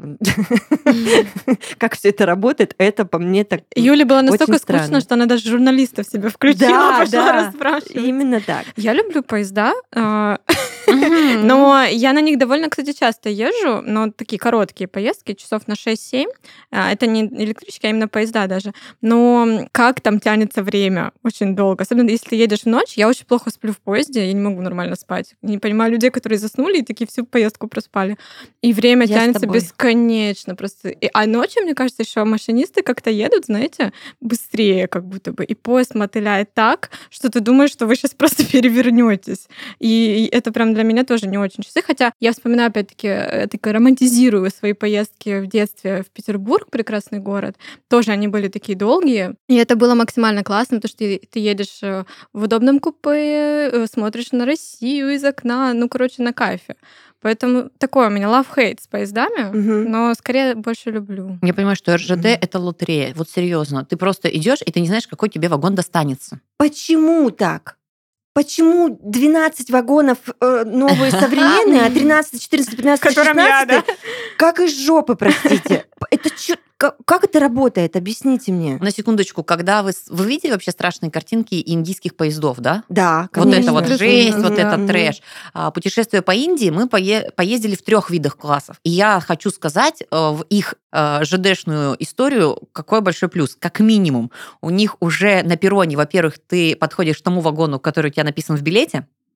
Speaker 1: как все это работает. Это по мне так
Speaker 2: Юле было
Speaker 1: очень
Speaker 2: настолько скучно,
Speaker 1: странно.
Speaker 2: что она даже журналистов себе включила,
Speaker 1: Да,
Speaker 2: пошла
Speaker 1: да.
Speaker 2: расспрашивать.
Speaker 1: Именно так.
Speaker 2: Я люблю поезда, а,
Speaker 3: Мгм.
Speaker 2: но я на них довольно, кстати, часто езжу, но такие короткие поездки, часов на шесть-семь. А, Это не электрички, а именно поезда даже. Но как там тянется время очень долго. Особенно если ты едешь в ночь. Я очень плохо сплю в поезде, я не могу нормально спать. Не понимаю людей, которые заснули и такие всю поездку проспали. И время
Speaker 1: Я с
Speaker 2: тянется
Speaker 1: тобой.
Speaker 2: бесконечно просто. И- А ночью, мне кажется, еще машинисты как-то едут, знаете, быстрее как будто бы. И поезд мотыляет так, что ты думаешь, что вы сейчас просто перевернетесь. И это прям для меня тоже не очень часы. Хотя я вспоминаю, опять-таки, э, так романтизирую свои поездки в детстве в Петербург, прекрасный город. Тоже они были такие долгие. И это было максимально классно, потому что ты, ты едешь э, в удобном купе, э, смотришь на Россию из окна, ну, короче, на кайфе. Поэтому такое у меня love-hate с поездами,
Speaker 1: Мгм.
Speaker 2: но скорее больше люблю.
Speaker 3: Я понимаю, что РЖД
Speaker 1: Мгм.
Speaker 3: это лотерея. Вот серьезно. Ты просто идешь, и ты не знаешь, какой тебе вагон достанется.
Speaker 1: Почему так? Почему двенадцать вагонов э, новые современные, а тринадцать, четырнадцать, пятнадцать,
Speaker 2: Которым я,
Speaker 1: шестнадцать как из жопы, простите? Это чё, как, как это работает? Объясните мне.
Speaker 3: На секундочку, когда вы... с- Вы видели вообще страшные картинки индийских поездов, да?
Speaker 1: Да,
Speaker 3: Вот
Speaker 1: конечно.
Speaker 3: это вот
Speaker 2: Конечно.
Speaker 3: жесть, вот
Speaker 2: Да.
Speaker 3: этот
Speaker 1: Мгм.
Speaker 3: трэш. А, Путешествуя по Индии, мы пое- поездили в трех видах классов. И я хочу сказать э, в их э, ЖДшную историю какой большой плюс. Как минимум, у них уже на перроне, во-первых, ты подходишь к тому вагону, который у тебя написан в билете,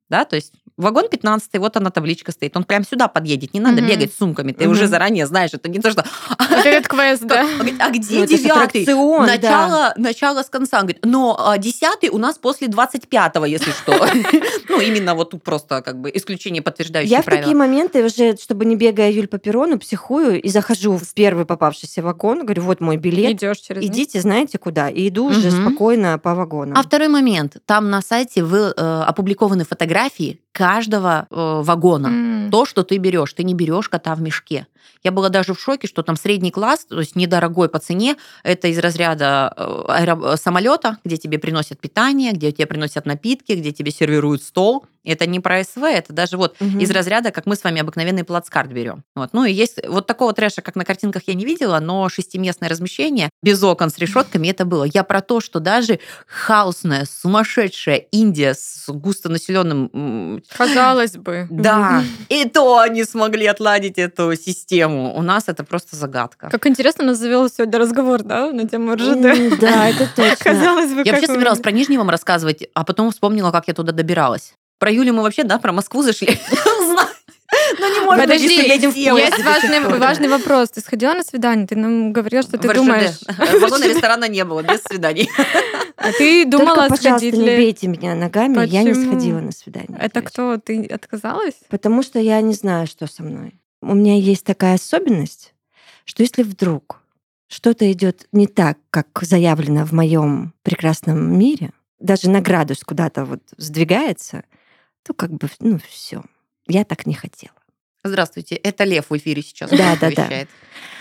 Speaker 3: да, то есть вагон пятнадцатый, вот она табличка стоит, он прям сюда подъедет, не надо
Speaker 2: Мгм.
Speaker 3: бегать с сумками, ты
Speaker 1: Мгм.
Speaker 3: уже заранее знаешь, это не то, что...
Speaker 2: Вот этот квест, да.
Speaker 3: А где
Speaker 1: Ну, это ж
Speaker 3: девятый?
Speaker 1: аттракцион, да.
Speaker 3: Начало, начало с конца. Он говорит, но а, десятый у нас после двадцать пятого, если что. Ну, именно вот тут просто как бы исключение, подтверждающее
Speaker 1: Я в такие
Speaker 3: правило.
Speaker 1: моменты уже, чтобы не бегая Юль по перрону, психую и захожу в первый попавшийся вагон, говорю, вот мой билет,
Speaker 2: Идешь через них.
Speaker 1: идите, знаете куда, и иду уже
Speaker 3: Мгм.
Speaker 1: спокойно по вагонам.
Speaker 3: А второй момент. Там на сайте вы, э, опубликованы фотографии каждого э, вагона.
Speaker 2: М.
Speaker 3: То, что ты берешь, ты не берешь кота в мешке. Я была даже в шоке, что там средний класс, то есть недорогой по цене, это из разряда э, аэро- самолета, где тебе приносят питание, где тебе приносят напитки, где тебе сервируют стол. Это не про СВ, это даже вот
Speaker 1: Мгм.
Speaker 3: из разряда, как мы с вами обыкновенный плацкарт берем. Вот. Ну и есть вот такого трэша, как на картинках я не видела, но шестиместное размещение без окон с решетками это было. Я про то, что даже хаосная, сумасшедшая Индия с густонаселенным м,
Speaker 2: Казалось бы.
Speaker 3: да, и то они смогли отладить эту систему. У нас это просто загадка.
Speaker 2: Как интересно, у нас завел сегодня разговор, да, на тему РЖД.
Speaker 1: М, Да, это точно.
Speaker 2: Казалось бы,
Speaker 3: Я вообще
Speaker 2: как
Speaker 3: собиралась
Speaker 2: мы-
Speaker 3: про Нижний вам рассказывать, а потом вспомнила, как я туда добиралась. Про Юлю мы вообще, да, про Москву зашли. Ну не может быть,
Speaker 2: Подожди,
Speaker 3: если едем в
Speaker 1: есть
Speaker 3: поезде.
Speaker 2: есть важный, важный вопрос. Ты сходила на свидание? Ты нам говорила, что ты
Speaker 3: В РЖД.
Speaker 2: думаешь...
Speaker 3: Вагона ресторана не было, без свиданий.
Speaker 2: А ты думала
Speaker 1: Только, пожалуйста,
Speaker 2: сходить
Speaker 1: не
Speaker 2: ли?
Speaker 1: бейте меня ногами, я не
Speaker 2: Почему?
Speaker 1: сходила на свидание.
Speaker 2: Это
Speaker 1: девочки.
Speaker 2: кто? Ты отказалась?
Speaker 1: Потому что я не знаю, что со мной. У меня есть такая особенность, что если вдруг что-то идет не так, как заявлено в моем прекрасном мире, даже на градус куда-то вот сдвигается, то как бы, ну, все. Я так не хотела.
Speaker 3: Здравствуйте, это Лев в эфире сейчас.
Speaker 1: Да, да, да.
Speaker 3: вещает.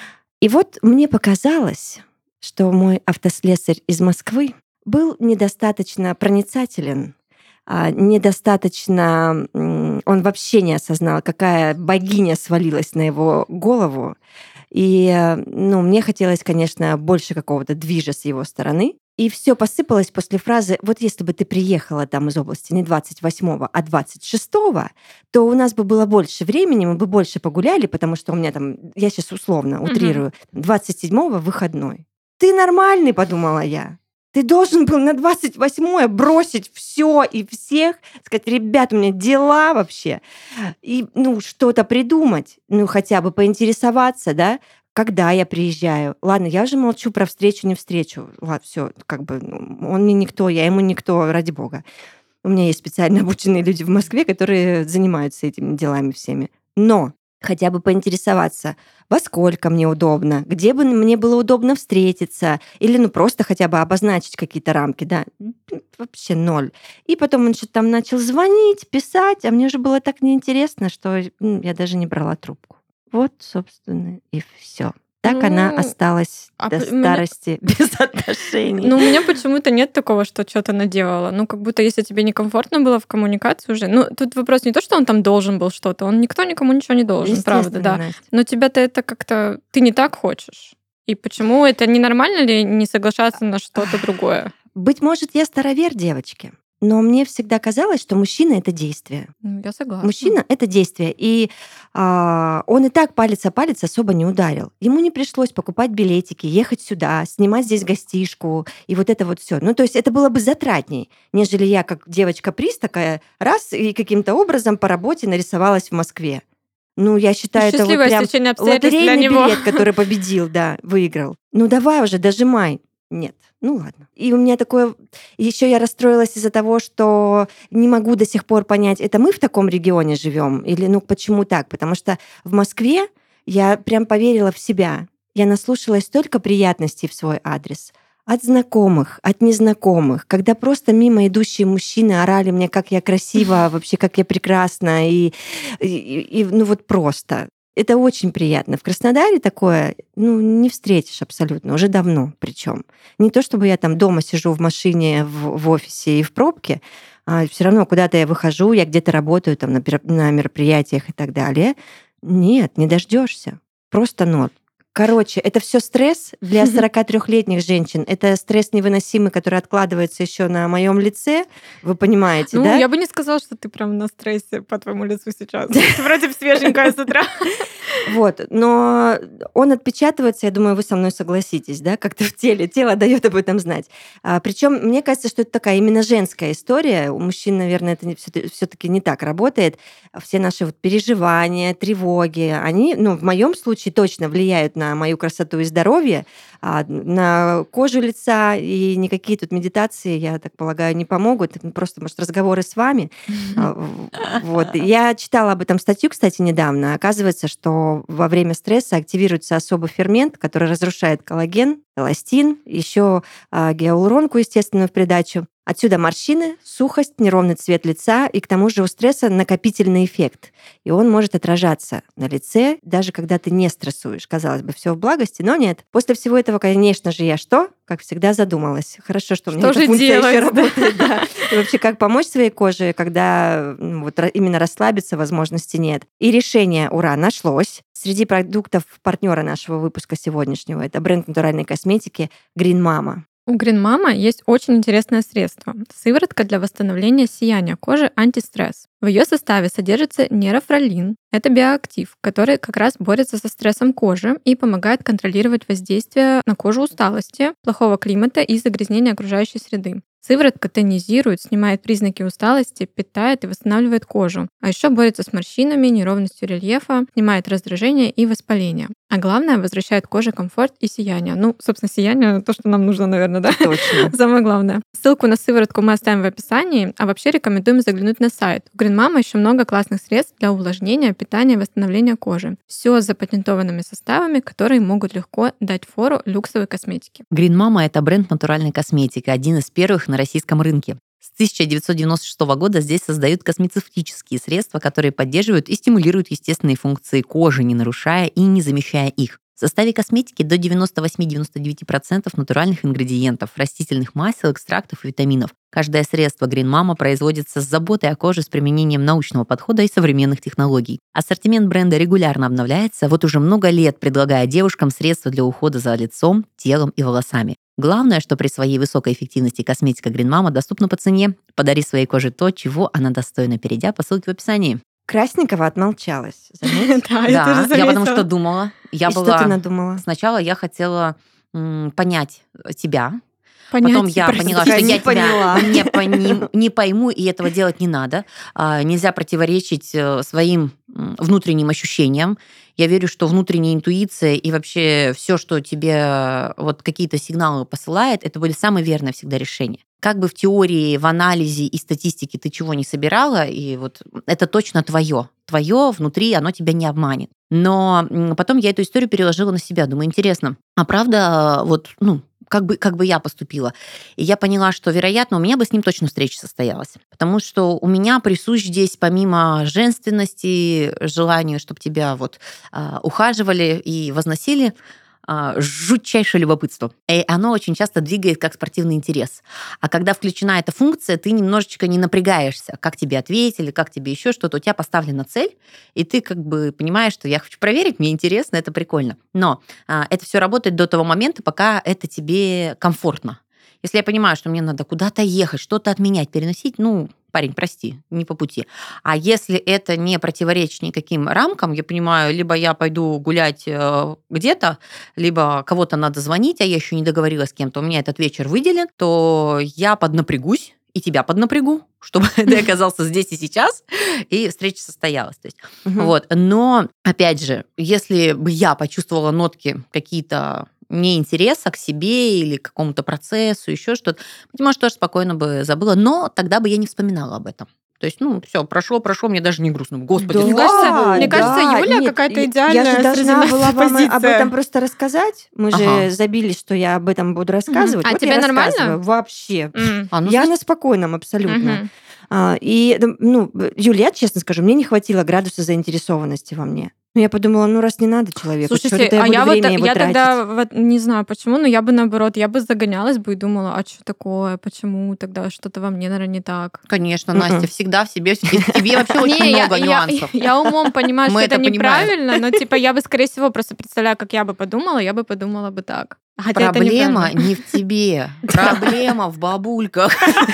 Speaker 1: И вот мне показалось, что мой автослесарь из Москвы был недостаточно проницателен, а, недостаточно... м, Он вообще не осознал, какая богиня свалилась на его голову. И, э, ну, мне хотелось, конечно, больше какого-то движа с его стороны. И все посыпалось после фразы: вот если бы ты приехала там из области не двадцать восьмого, а двадцать шестого, то у нас бы было больше времени, мы бы больше погуляли, потому что у меня там, я сейчас условно утрирую, двадцать седьмого выходной. Ты нормальный, подумала я. Ты должен был на двадцать восьмое бросить все и всех, сказать: ребят, у меня дела вообще. И, ну, что-то придумать, ну, хотя бы поинтересоваться, да, когда я приезжаю. Ладно, я уже молчу про встречу, не встречу. Ладно, все, как бы, ну, он мне никто, я ему никто, ради бога. У меня есть специально обученные люди в Москве, которые занимаются этими делами всеми. Но хотя бы поинтересоваться, во сколько мне удобно, где бы мне было удобно встретиться, или ну просто хотя бы обозначить какие-то рамки, да, вообще ноль. И потом он что-то там начал звонить, писать, а мне уже было так неинтересно, что м, я даже не брала трубку. Вот, собственно, и все. Так она
Speaker 2: Ну,
Speaker 1: осталась
Speaker 2: а
Speaker 1: до
Speaker 2: п- меня-
Speaker 1: старости без отношений.
Speaker 2: Ну, у меня почему-то нет такого, что что-то наделала. Ну, как будто если тебе некомфортно было в коммуникации уже... Ну, тут вопрос не то, что он там должен был что-то. Он никто никому ничего не должен, правда,
Speaker 1: Естественно,
Speaker 2: да.
Speaker 1: Настя.
Speaker 2: Но тебя-то это как-то... Ты не так хочешь. И почему это ненормально ли не соглашаться на что-то другое?
Speaker 1: Быть может, я старовер, девочки, но мне всегда казалось, что мужчина — это действие.
Speaker 2: Ну, я согласна.
Speaker 1: Мужчина — это действие. И а, он и так палец о палец особо не ударил. Ему не пришлось покупать билетики, ехать сюда, снимать здесь гостишку и вот это вот все. Ну, то есть это было бы затратней, нежели я, как девочка-приз, такая раз и каким-то образом по работе нарисовалась в Москве. Ну, я считаю, это вот
Speaker 2: Счастливое
Speaker 1: прям
Speaker 2: стечение обстоятельств для
Speaker 1: лотерейный
Speaker 2: него.
Speaker 1: билет, который победил, да, выиграл. Ну, давай уже, дожимай. Нет, ну ладно. И у меня такое... Еще я расстроилась из-за того, что не могу до сих пор понять, это мы в таком регионе живем или ну почему так? Потому что в Москве я прям поверила в себя. Я наслушалась столько приятностей в свой адрес. От знакомых, от незнакомых, когда просто мимо идущие мужчины орали мне, как я красива, вообще как я прекрасна, и, и, и ну вот просто. Это очень приятно. В Краснодаре такое, ну, не встретишь абсолютно, уже давно причем. Не то, чтобы я там дома сижу в машине, в, в офисе и в пробке, а все равно куда-то я выхожу, я где-то работаю там на, на мероприятиях и так далее. Нет, не дождешься. Просто ноль. Короче, это все стресс для сорокатрёхлетних женщин. Это стресс невыносимый, который откладывается еще на моем лице. Вы понимаете,
Speaker 2: ну,
Speaker 1: да?
Speaker 2: я бы не сказала, что ты прям на стрессе по твоему лицу сейчас. Ты вроде свеженькая с утра.
Speaker 1: Вот, но он отпечатывается, я думаю, вы со мной согласитесь, да, как-то в теле. Тело дает об этом знать. А, причем мне кажется, что это такая именно женская история. У мужчин, наверное, это все-таки не так работает. Все наши вот переживания, тревоги, они, ну, в моем случае точно влияют на мою красоту и здоровье, а на кожу лица, и никакие тут медитации, я так полагаю, не помогут. Просто, может, разговоры с вами. Вот. Я читала об этом статью, кстати, недавно. Оказывается, что во время стресса активируется особый фермент, который разрушает коллаген, эластин, еще гиалуронку, естественно, в придачу. Отсюда морщины, сухость, неровный цвет лица, и к тому же у стресса накопительный эффект. И он может отражаться на лице, даже когда ты не стрессуешь. Казалось бы, все в благости, но нет. После всего этого, конечно же, я что? Как всегда задумалась. Хорошо, что у меня
Speaker 2: что
Speaker 1: эта функция
Speaker 2: делать,
Speaker 1: еще работает. Да. И вообще, как помочь своей коже, когда ну, вот, именно расслабиться возможности нет. И решение, ура, нашлось. Среди продуктов партнера нашего выпуска сегодняшнего это бренд натуральной косметики Green Mama.
Speaker 2: У Green Mama есть очень интересное средство. Сыворотка для восстановления сияния кожи антистресс. В ее составе содержится нерафролин. Это биоактив, который как раз борется со стрессом кожи и помогает контролировать воздействие на кожу усталости, плохого климата и загрязнения окружающей среды. Сыворотка тонизирует, снимает признаки усталости, питает и восстанавливает кожу. А еще борется с морщинами, неровностью рельефа, снимает раздражение и воспаление. А главное, возвращает коже комфорт и сияние. Ну, собственно, сияние — то, что нам нужно, наверное, да?
Speaker 1: Точно.
Speaker 2: Самое главное. Ссылку на сыворотку мы оставим в описании, а вообще рекомендуем заглянуть на сайт. У Green Mama еще много классных средств для увлажнения, питания и восстановления кожи. Все с запатентованными составами, которые могут легко дать фору люксовой косметике.
Speaker 3: Green Mama — это бренд натуральной косметики, один из первых на российском рынке. С тысяча девятьсот девяносто шестого года здесь создают космецевтические средства, которые поддерживают и стимулируют естественные функции кожи, не нарушая и не замещая их. В составе косметики до девяносто восемь - девяносто девять процентов натуральных ингредиентов, растительных масел, экстрактов и витаминов. Каждое средство Green Mama производится с заботой о коже с применением научного подхода и современных технологий. Ассортимент бренда регулярно обновляется, вот уже много лет предлагая девушкам средства для ухода за лицом, телом и волосами. Главное, что при своей высокой эффективности косметика Green Mama доступна по цене. Подари своей коже то, чего она достойна, перейдя по ссылке в описании.
Speaker 1: Красненького отмолчалась. Заметьте?
Speaker 2: Да, я тоже
Speaker 3: Да, я
Speaker 2: заметила.
Speaker 3: потому что думала. Я
Speaker 1: И
Speaker 3: была...
Speaker 1: что ты надумала?
Speaker 3: Сначала я хотела м, понять тебя.
Speaker 2: Понять,
Speaker 3: Потом я
Speaker 2: прости.
Speaker 3: поняла, что
Speaker 1: Я
Speaker 3: я
Speaker 1: не поняла.
Speaker 3: тебя не, пони- не пойму, и этого делать не надо. А, Нельзя противоречить э, своим м, внутренним ощущениям. Я верю, что внутренняя интуиция и вообще все, что тебе э, вот какие-то сигналы посылает, это будет самое верное всегда решение. Как бы в теории, в анализе и статистике ты чего не собирала, и вот это точно твое. Твое внутри, оно тебя не обманет. Но м, потом я эту историю переложила на себя. Думаю, интересно, а правда, вот, ну, как бы, как бы я поступила. И я поняла, что, вероятно, у меня бы с ним точно встреча состоялась. Потому что у меня присущ здесь, помимо женственности, желания, чтобы тебя вот а, ухаживали и возносили, а, жутчайшее любопытство. И оно очень часто двигает как спортивный интерес. А когда включена эта функция, ты немножечко не напрягаешься, как тебе ответили, как тебе еще что-то. У тебя поставлена цель, и ты как бы понимаешь, что я хочу проверить, мне интересно, это прикольно. Но а, это все работает до того момента, пока это тебе комфортно. Если я понимаю, что мне надо куда-то ехать, что-то отменять, переносить, ну, парень, прости, не по пути. А если это не противоречит никаким рамкам, я понимаю, либо я пойду гулять э, где-то, либо кого-то надо звонить, а я еще не договорилась с кем-то, у меня этот вечер выделен, то я поднапрягусь, и тебя поднапрягу, чтобы ты оказался здесь и сейчас, и встреча состоялась. То есть,
Speaker 1: Мгм.
Speaker 3: вот. Но, опять же, если бы я почувствовала нотки какие-то неинтереса к себе или к какому-то процессу, еще что-то, быть может, тоже спокойно бы забыла, но тогда бы я не вспоминала об этом. То есть, ну, все, прошло, прошло, мне даже не грустно. Господи,
Speaker 1: Да,
Speaker 2: Мне
Speaker 3: сколько
Speaker 2: кажется, мне
Speaker 1: да,
Speaker 2: кажется, Юля
Speaker 1: нет,
Speaker 2: какая-то
Speaker 1: я-
Speaker 2: идеальная
Speaker 1: Я же должна
Speaker 2: среди
Speaker 1: была
Speaker 2: нас
Speaker 1: вам об
Speaker 2: позиция.
Speaker 1: этом просто рассказать. Мы же
Speaker 3: Ага.
Speaker 1: забили, что я об этом буду рассказывать.
Speaker 2: А
Speaker 1: Вот
Speaker 2: тебе
Speaker 1: я
Speaker 2: нормально?
Speaker 1: рассказываю. Вообще.
Speaker 2: М,
Speaker 3: А, ну,
Speaker 1: Я
Speaker 3: значит,
Speaker 1: на спокойном абсолютно.
Speaker 2: мгм.
Speaker 1: И, ну, Юля, я честно скажу, мне не хватило градуса заинтересованности во мне. Ну, я подумала, ну, раз не надо человеку,
Speaker 2: Слушайте,
Speaker 1: я
Speaker 2: а
Speaker 1: буду
Speaker 2: я,
Speaker 1: время
Speaker 2: вот,
Speaker 1: его
Speaker 2: я
Speaker 1: тратить.
Speaker 2: тогда вот, не знаю почему, но я бы наоборот, я бы загонялась бы и думала, а что такое, почему тогда что-то во мне, наверное, не так.
Speaker 3: Конечно,
Speaker 1: Мгм.
Speaker 3: Настя, всегда в себе, в тебе вообще
Speaker 2: Не,
Speaker 3: очень
Speaker 2: я-
Speaker 3: много
Speaker 2: я-
Speaker 3: нюансов.
Speaker 2: Я умом понимаю,
Speaker 3: Мы
Speaker 2: что это
Speaker 3: это понимаем.
Speaker 2: неправильно, но типа я бы, скорее всего, просто представляю, как я бы подумала, я бы подумала бы так. Хотя это
Speaker 3: Проблема
Speaker 2: неправильно.
Speaker 3: не в тебе, проблема в бабульках.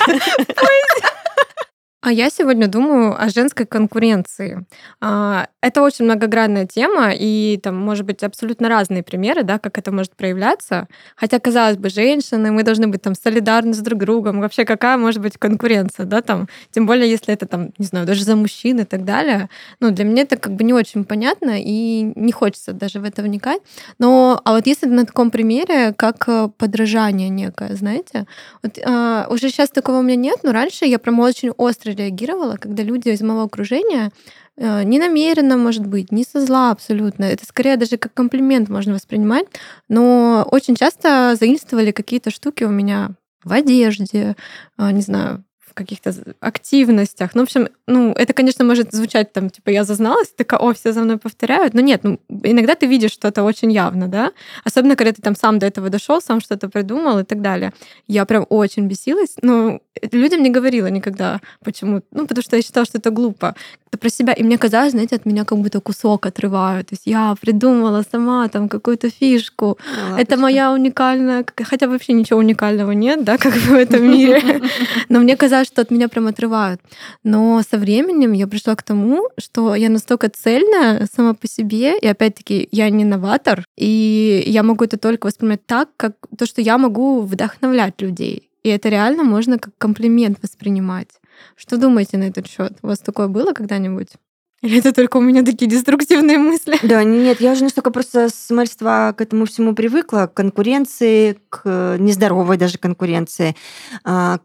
Speaker 2: А я сегодня думаю о женской конкуренции. А, Это очень многогранная тема, и там, может быть, абсолютно разные примеры, да, как это может проявляться. Хотя, казалось бы, женщины, мы должны быть там солидарны с друг другом. Вообще, какая может быть конкуренция, да, там, тем более, если это там, не знаю, даже за мужчин и так далее. Ну, для меня это как бы не очень понятно, и не хочется даже в это вникать. Но, а вот если на таком примере, как э, подражание некое, знаете, вот, а, уже сейчас такого у меня нет, но раньше я прям очень остро реагировала, когда люди из моего окружения э, не намеренно, может быть, не со зла абсолютно. Это скорее даже как комплимент можно воспринимать, но очень часто заимствовали какие-то штуки у меня в одежде, э, не знаю, в каких-то з- активностях. Ну, в общем, ну, это, конечно, может звучать там, типа, я зазналась, такая, о, все за мной повторяют. Но нет, ну, иногда ты видишь что-то очень явно, да? Особенно, когда ты там сам до этого дошел, сам что-то придумал и так далее. Я прям очень бесилась. Ну, людям не говорила никогда, почему. Ну, потому что я считала, что это глупо. Это про себя. И мне казалось, знаете, от меня как будто кусок отрывают. То есть я придумала сама там какую-то фишку.
Speaker 1: Ну,
Speaker 2: Это
Speaker 1: лапочка.
Speaker 2: моя уникальная... как- Хотя вообще ничего уникального нет, да, как бы в этом мире. Но мне казалось, что от меня прям отрывают. Но со временем я пришла к тому, что я настолько цельная сама по себе, и опять-таки я не новатор, и я могу это только воспринимать так, как то, что я могу вдохновлять людей. И это реально можно как комплимент воспринимать. Что думаете на этот счет? У вас такое было когда-нибудь? Или это только у меня такие деструктивные мысли?
Speaker 1: Да, нет, я уже настолько просто с мальства к этому всему привыкла, к конкуренции, к нездоровой даже конкуренции, а,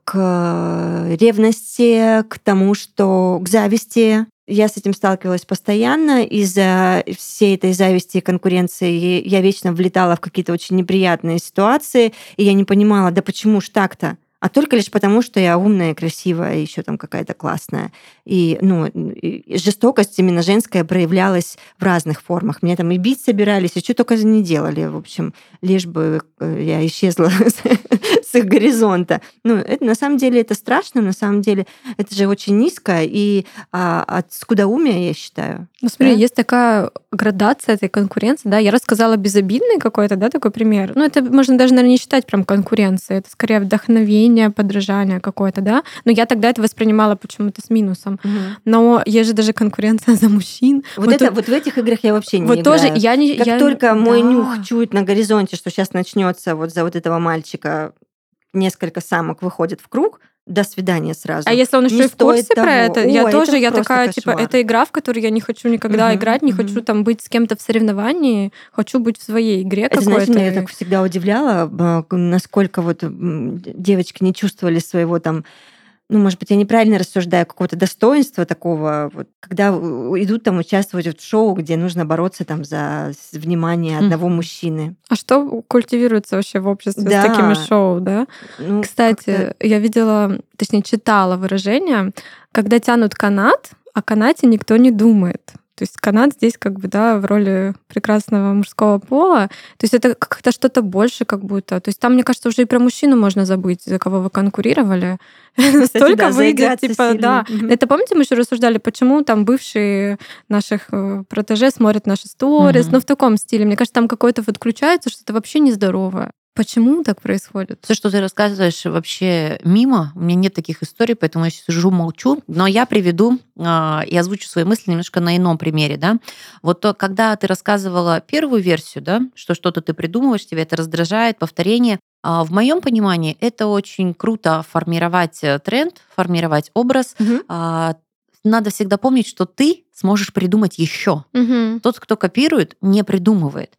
Speaker 1: к ревности, к тому, что к зависти. Я с этим сталкивалась постоянно. Из-за всей этой зависти и конкуренции я вечно влетала в какие-то очень неприятные ситуации, и я не понимала, да почему ж так-то? А только лишь потому, что я умная, красивая, еще там какая-то классная. И, ну, и жестокость именно женская проявлялась в разных формах. Меня там и бить собирались, и что только не делали. В общем, лишь бы я исчезла с их горизонта. Ну, это, на самом деле это страшно, на самом деле это же очень низко и а, от скудоумия, я считаю.
Speaker 2: Ну, смотри,
Speaker 1: Да?
Speaker 2: есть такая градация этой конкуренции, да, я рассказала безобидный какой-то, да, такой пример. Ну, это можно даже, наверное, не считать прям конкуренцией, это скорее вдохновение, подражание какое-то, да. Но я тогда это воспринимала почему-то с минусом.
Speaker 1: Мгм.
Speaker 2: Но есть же даже конкуренция за мужчин.
Speaker 1: Вот,
Speaker 2: Мы
Speaker 1: это,
Speaker 2: тут-
Speaker 1: вот в этих играх я вообще не
Speaker 2: вот
Speaker 1: играю.
Speaker 2: тоже я не...
Speaker 1: Как
Speaker 2: я-
Speaker 1: только мой
Speaker 2: да.
Speaker 1: нюх чует на горизонте, что сейчас начнется вот за вот этого мальчика несколько самок выходит в круг, до свидания сразу.
Speaker 2: А если он еще
Speaker 1: Не
Speaker 2: и в курсе
Speaker 1: стоит
Speaker 2: про
Speaker 1: того.
Speaker 2: это, я
Speaker 1: Ой,
Speaker 2: тоже,
Speaker 1: это
Speaker 2: я
Speaker 1: просто
Speaker 2: такая, типа,
Speaker 1: кошмар.
Speaker 2: это игра, в которую я не хочу никогда
Speaker 1: Мгм,
Speaker 2: играть, не
Speaker 1: мгм.
Speaker 2: хочу там быть с кем-то в соревновании, хочу быть в своей игре
Speaker 1: Это,
Speaker 2: какой-то.
Speaker 1: знаете, меня это так всегда удивляло, а, насколько вот м, девочки не чувствовали своего там, ну, может быть, я неправильно рассуждаю, какого-то достоинства такого, вот, когда у- идут там участвовать в шоу, где нужно бороться там за с- внимание одного
Speaker 3: Мгм.
Speaker 1: мужчины.
Speaker 2: А что культивируется вообще в обществе
Speaker 1: Да.
Speaker 2: с такими шоу, да?
Speaker 1: Ну,
Speaker 2: Кстати,
Speaker 1: как-то-
Speaker 2: я видела, точнее, читала выражение, когда тянут канат, о канате никто не думает. То есть канат здесь как бы, да, в роли прекрасного мужского пола. То есть это как-то что-то больше как будто. То есть там, мне кажется, уже и про мужчину можно забыть, за кого вы конкурировали. Настолько
Speaker 1: да,
Speaker 2: выйдет,
Speaker 1: заиграться
Speaker 2: типа,
Speaker 1: сильно.
Speaker 2: да.
Speaker 1: Мгм.
Speaker 2: Это помните, мы еще рассуждали, почему там бывшие наших э, протеже смотрят наши сторис,
Speaker 3: Мгм.
Speaker 2: ну в таком стиле. Мне кажется, там какое-то вот включается, что-то вообще нездоровое. Почему так происходит?
Speaker 3: Все, что ты рассказываешь, вообще мимо. У меня нет таких историй, поэтому я сижу, молчу. Но я приведу а, и озвучу свои мысли немножко на ином примере. Да? Вот то, когда ты рассказывала первую версию, да, что что-то ты придумываешь, тебя это раздражает, повторение. а, В моем понимании это очень круто формировать э, тренд, формировать образ.
Speaker 1: Мгм.
Speaker 3: А, Надо всегда помнить, что ты сможешь придумать еще.
Speaker 2: Мгм.
Speaker 3: Тот, кто копирует, не придумывает.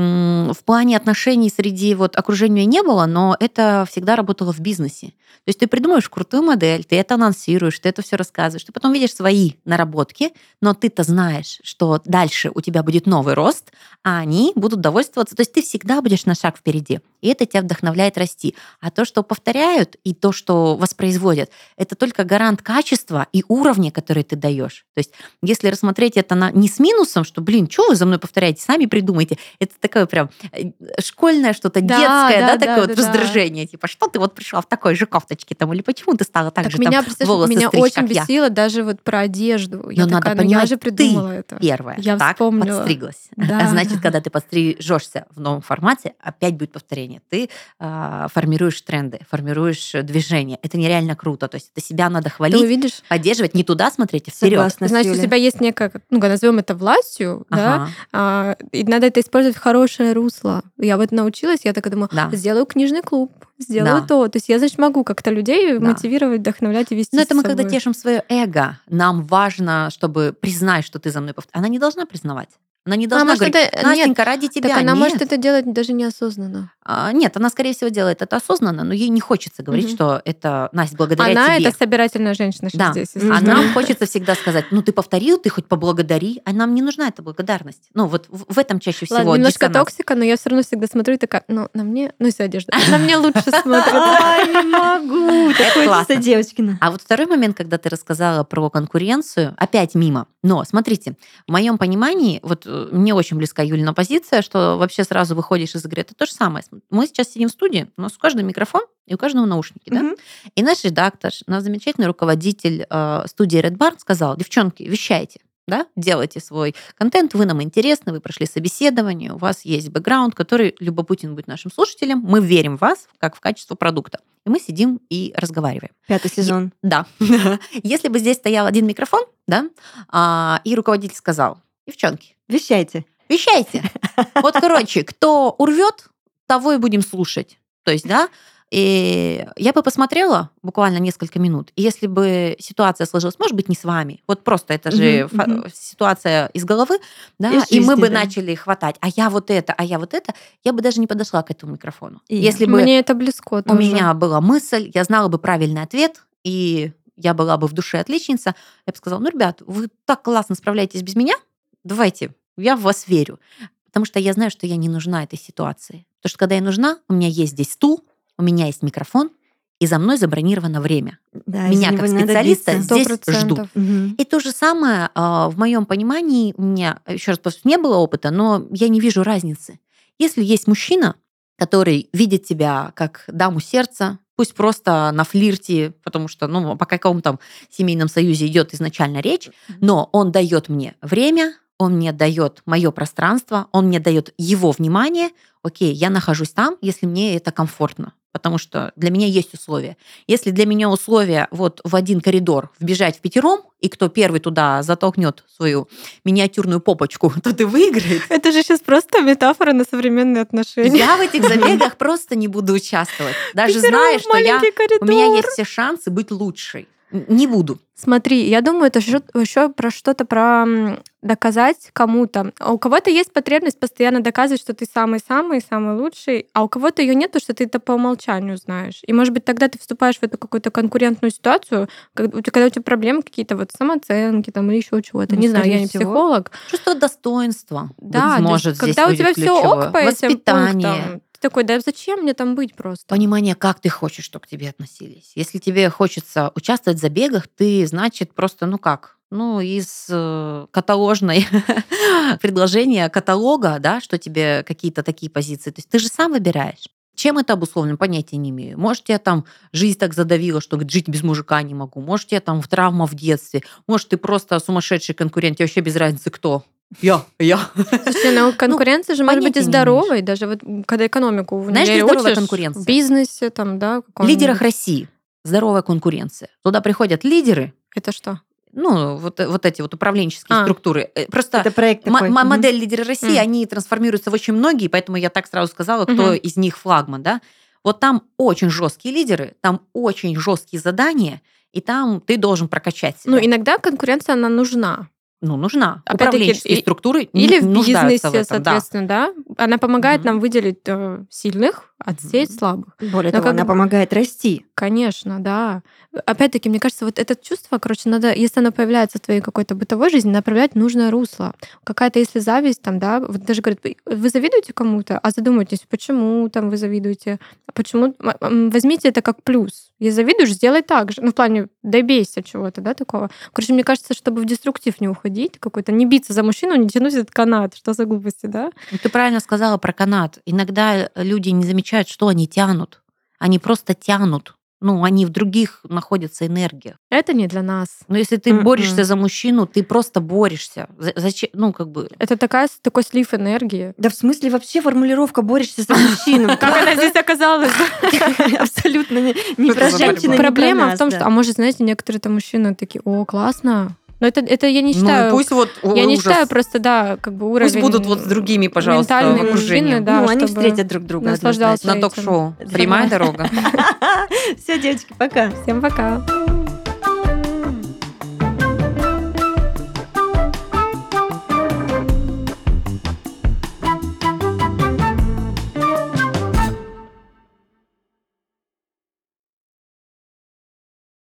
Speaker 3: М, В плане отношений среди вот окружения не было, но это всегда работало в бизнесе. То есть ты придумаешь крутую модель, ты это анонсируешь, ты это все рассказываешь, ты потом видишь свои наработки, но ты-то знаешь, что дальше у тебя будет новый рост, а они будут довольствоваться. То есть ты всегда будешь на шаг впереди, и это тебя вдохновляет расти. А то, что повторяют, и то, что воспроизводят, это только гарант качества и уровня, который ты даешь. То есть если рассмотреть это на, не с минусом, что, блин, что вы за мной повторяете, сами придумайте. Это такое прям э, школьное что-то,
Speaker 2: Да,
Speaker 3: детское, да,
Speaker 2: да,
Speaker 3: такое
Speaker 2: да,
Speaker 3: вот
Speaker 2: да, да.
Speaker 3: раздражение. Типа, что ты вот пришла в такой же кофточке там, или почему ты стала так,
Speaker 2: Так
Speaker 3: же
Speaker 2: меня,
Speaker 3: там
Speaker 2: представляешь,
Speaker 3: волосы
Speaker 2: меня
Speaker 3: стричь,
Speaker 2: очень
Speaker 3: как я?
Speaker 2: бесило даже вот про одежду. Я
Speaker 3: Но надо
Speaker 2: такая, ну я
Speaker 3: понимать,
Speaker 2: же
Speaker 3: ты
Speaker 2: придумала это.
Speaker 3: первая
Speaker 2: Я
Speaker 3: так
Speaker 2: вспомнила.
Speaker 3: подстриглась.
Speaker 2: Да.
Speaker 3: Значит, когда ты подстрижешься в новом формате, опять будет повторение. Ты а, формируешь тренды, формируешь движение. Это нереально круто. То есть это себя надо
Speaker 2: Ты
Speaker 3: хвалить,
Speaker 2: увидишь,
Speaker 3: поддерживать, не туда смотреть, а вперед.
Speaker 1: Согласна с
Speaker 2: значит, у
Speaker 1: Юлей.
Speaker 2: тебя есть некая, как- ну, назовем это властью, да,
Speaker 3: Ага.
Speaker 2: а, и надо это использовать в хорошее русло. Я вот научилась, я такая думаю,
Speaker 3: Да.
Speaker 2: сделаю книжный клуб, сделаю
Speaker 3: Да.
Speaker 2: то. То есть я, значит, могу как-то людей
Speaker 3: Да.
Speaker 2: мотивировать, вдохновлять и вести
Speaker 3: Но это
Speaker 2: с
Speaker 3: мы когда
Speaker 2: собой.
Speaker 3: тешим свое эго. Нам важно, чтобы признать, что ты за мной повторяешь. Она не должна признавать. Она не должна
Speaker 2: может,
Speaker 3: говорить,
Speaker 2: это- нет,
Speaker 3: Настенька, ради тебя.
Speaker 2: Так она
Speaker 3: Нет.
Speaker 2: может это делать даже неосознанно.
Speaker 3: А, Нет, она, скорее всего, делает это осознанно, но ей не хочется говорить,
Speaker 2: Мгм.
Speaker 3: что это, Настя, благодаря
Speaker 2: Она
Speaker 3: тебе.
Speaker 2: это собирательная женщина сейчас
Speaker 3: Да.
Speaker 2: здесь.
Speaker 1: Мгм.
Speaker 3: А
Speaker 2: если
Speaker 3: нам
Speaker 2: что.
Speaker 3: хочется всегда сказать, ну ты повторил, ты хоть поблагодари, а нам не нужна эта благодарность. Ну вот в в этом чаще всего
Speaker 2: Ладно, немножко
Speaker 3: диссонанс.
Speaker 2: токсика, но я все равно всегда смотрю и такая, ну, на мне, ну, если одежда, на мне лучше смотрится.
Speaker 1: Ай, не могу.
Speaker 3: Это
Speaker 1: Такое
Speaker 3: классно.
Speaker 1: чисто девочкина.
Speaker 3: А вот второй момент, когда ты рассказала про конкуренцию, опять мимо. Но смотрите, в моем понимании, вот э, мне очень близка Юлина позиция, что вообще сразу выходишь из игры. Это то же самое. Мы сейчас сидим в студии, у нас у каждого микрофон и у каждого наушники, да?
Speaker 1: Мгм.
Speaker 3: И наш редактор, наш замечательный руководитель э, студии Red Barn сказал, девчонки, вещайте, да, делайте свой контент, вы нам интересны, вы прошли собеседование, у вас есть бэкграунд, который любопытен будет нашим слушателям, мы верим в вас как в качество продукта. И мы сидим и разговариваем.
Speaker 1: Пятый сезон.
Speaker 3: Да. Если бы здесь стоял один микрофон, да, а, и руководитель сказал, девчонки,
Speaker 1: Вещайте.
Speaker 3: вещайте. Вот, короче, кто урвет, того и будем слушать. То есть, да, и я бы посмотрела буквально несколько минут, и если бы ситуация сложилась, может быть, не с вами, вот просто это же
Speaker 1: Мгм,
Speaker 3: фа-
Speaker 1: мгм.
Speaker 3: ситуация из головы, да,
Speaker 1: Из
Speaker 3: и мы
Speaker 1: жизни,
Speaker 3: бы
Speaker 1: да.
Speaker 3: начали хватать, а я вот это, а я вот это, я бы даже не подошла к этому микрофону.
Speaker 1: И я.
Speaker 3: Если бы
Speaker 2: Мне это близко
Speaker 3: у
Speaker 2: тоже.
Speaker 3: меня была мысль, я знала бы правильный ответ, и я была бы в душе отличница, я бы сказала, ну, ребят, вы так классно справляетесь без меня, давайте, я в вас верю. Потому что я знаю, что я не нужна этой ситуации. Потому что когда я нужна, у меня есть здесь стул, у меня есть микрофон, и за мной забронировано время.
Speaker 1: Да,
Speaker 3: Меня
Speaker 1: из-за
Speaker 3: как
Speaker 1: него не надо
Speaker 3: специалиста
Speaker 1: биться.
Speaker 2: Сто
Speaker 3: здесь
Speaker 2: процентов.
Speaker 3: ждут.
Speaker 1: Мгм.
Speaker 3: И то же самое а, в моем понимании, у меня, еще раз повторюсь, не было опыта, но я не вижу разницы. Если есть мужчина, который видит тебя как даму сердца, пусть просто на флирте, потому что ну, по какому там семейном союзе идет изначально речь, но он дает мне время, он мне дает мое пространство, он мне дает его внимание. Окей, я нахожусь там, если мне это комфортно. Потому что для меня есть условия. Если для меня условия вот в один коридор вбежать в пятером, и кто первый туда затолкнет свою миниатюрную попочку, тот и выиграет.
Speaker 2: Это же сейчас просто метафора на современные отношения.
Speaker 3: Я в этих забегах просто не буду участвовать. Даже
Speaker 2: Пятером
Speaker 3: зная,
Speaker 2: в
Speaker 3: что я,
Speaker 2: маленький коридор.
Speaker 3: у меня есть все шансы быть лучшей. Н- Не буду.
Speaker 2: Смотри, я думаю, это еще про что-то про м, доказать кому-то. А у кого-то есть потребность постоянно доказывать, что ты самый-самый, самый лучший, а у кого-то ее нет, потому что ты это по умолчанию знаешь. И, может быть, тогда ты вступаешь в эту какую-то конкурентную ситуацию, когда у тебя, когда у тебя проблемы какие-то, вот самооценки там или еще чего-то.
Speaker 1: Ну,
Speaker 2: Не знаю, я
Speaker 1: скорее
Speaker 2: не
Speaker 1: всего.
Speaker 2: психолог.
Speaker 3: Чувство достоинства.
Speaker 2: Да,
Speaker 3: быть
Speaker 2: то
Speaker 3: может,
Speaker 2: есть,
Speaker 3: здесь
Speaker 2: когда у
Speaker 3: будет
Speaker 2: тебя все
Speaker 3: ключевое.
Speaker 2: ок по этим
Speaker 3: Воспитание.
Speaker 2: пунктам, ты такой, да зачем мне там быть просто?
Speaker 3: Понимание, как ты хочешь, чтобы к тебе относились. Если тебе хочется участвовать в забегах, ты, значит, просто, ну как, ну, из э, каталожной предложения каталога, да, что тебе какие-то такие позиции. То есть ты же сам выбираешь. Чем это обусловлено, понятия не имею. Может, тебя там жизнь так задавила, что говорит, жить без мужика не могу. Может, тебя там в травма в детстве. Может, ты просто сумасшедший конкурент, тебе вообще без разницы кто. Я, я.
Speaker 2: Слушай, ну конкуренция же может быть и
Speaker 3: понятия не
Speaker 2: здоровой, даже вот м, когда экономику в
Speaker 3: Знаешь,
Speaker 2: универе
Speaker 3: где здоровая
Speaker 2: учишь,
Speaker 3: конкуренция?
Speaker 2: в бизнесе там, да,
Speaker 3: В
Speaker 2: каком-нибудь.
Speaker 3: лидерах России здоровая конкуренция. Туда приходят лидеры,
Speaker 2: Это что?
Speaker 3: ну, вот, вот эти вот управленческие
Speaker 2: А.
Speaker 3: структуры. Э, Просто
Speaker 1: Это проект
Speaker 3: м-
Speaker 1: такой.
Speaker 3: м-
Speaker 1: Мгм.
Speaker 3: модель лидера России,
Speaker 2: Мгм.
Speaker 3: они трансформируются в очень многие, поэтому я так сразу сказала, кто
Speaker 2: Мгм.
Speaker 3: из них флагман, да. Вот там очень жесткие лидеры, там очень жесткие задания, и там ты должен прокачать себя.
Speaker 2: Ну, иногда конкуренция, она нужна.
Speaker 3: ну, нужна.
Speaker 2: Опять-таки,
Speaker 3: Управленческие
Speaker 2: и-
Speaker 3: структуры
Speaker 2: Или в
Speaker 3: нуждаются
Speaker 2: бизнесе,
Speaker 3: в этом, да.
Speaker 2: соответственно, да. Она помогает
Speaker 3: Мгм.
Speaker 2: нам выделить э, сильных, отсеять
Speaker 3: Мгм.
Speaker 2: слабых.
Speaker 1: Более
Speaker 2: Но
Speaker 1: того,
Speaker 2: как
Speaker 1: она
Speaker 2: бы-
Speaker 1: помогает расти.
Speaker 2: Конечно, да. Опять-таки, мне кажется, вот это чувство, короче, надо, если оно появляется в твоей какой-то бытовой жизни, направлять в нужное русло. Какая-то, если зависть, там, да, вот даже говорят, вы вы завидуете кому-то, а задумайтесь, почему там вы завидуете, почему... м- м, Возьмите это как плюс. Если завидуешь, сделай так же. Ну, в плане, добейся чего-то, да, такого. Короче, мне кажется, чтобы в деструктив не уходить, какой-то, не биться за мужчину, не тянуть этот канат. Что за глупости, да?
Speaker 3: Ну, ты правильно сказала про канат. Иногда люди не замечают, что они тянут. Они просто тянут. Ну, они в других находятся энергиях.
Speaker 2: Это не для нас.
Speaker 3: Но если ты
Speaker 1: Мгм.
Speaker 3: борешься за мужчину, ты просто борешься. За- Зачем? Ну, как бы...
Speaker 2: Это такая, такой слив энергии.
Speaker 1: Да в смысле вообще формулировка «борешься за мужчину».
Speaker 2: Как она здесь оказалась?
Speaker 1: Абсолютно не не
Speaker 3: Что
Speaker 1: про
Speaker 3: это за
Speaker 1: женщину,
Speaker 3: борьба?
Speaker 1: не про
Speaker 2: Проблема
Speaker 1: нас,
Speaker 2: в том,
Speaker 1: да.
Speaker 2: что, а может, знаете, некоторые там мужчины такие, о, классно. Но это, это я не
Speaker 3: Ну, и
Speaker 2: считаю...
Speaker 3: пусть вот
Speaker 2: я не
Speaker 3: ужас.
Speaker 2: считаю просто, да, как бы уровень...
Speaker 3: Пусть будут вот с другими, пожалуйста,
Speaker 2: ментальный
Speaker 3: окружением.
Speaker 2: мужчины, да,
Speaker 1: Ну, они
Speaker 2: чтобы
Speaker 1: встретят друг друга
Speaker 2: наслаждался
Speaker 1: однозначно.
Speaker 3: На
Speaker 2: этим.
Speaker 3: ток-шоу. Прямая дорога.
Speaker 1: Все, девочки, пока.
Speaker 2: Всем пока.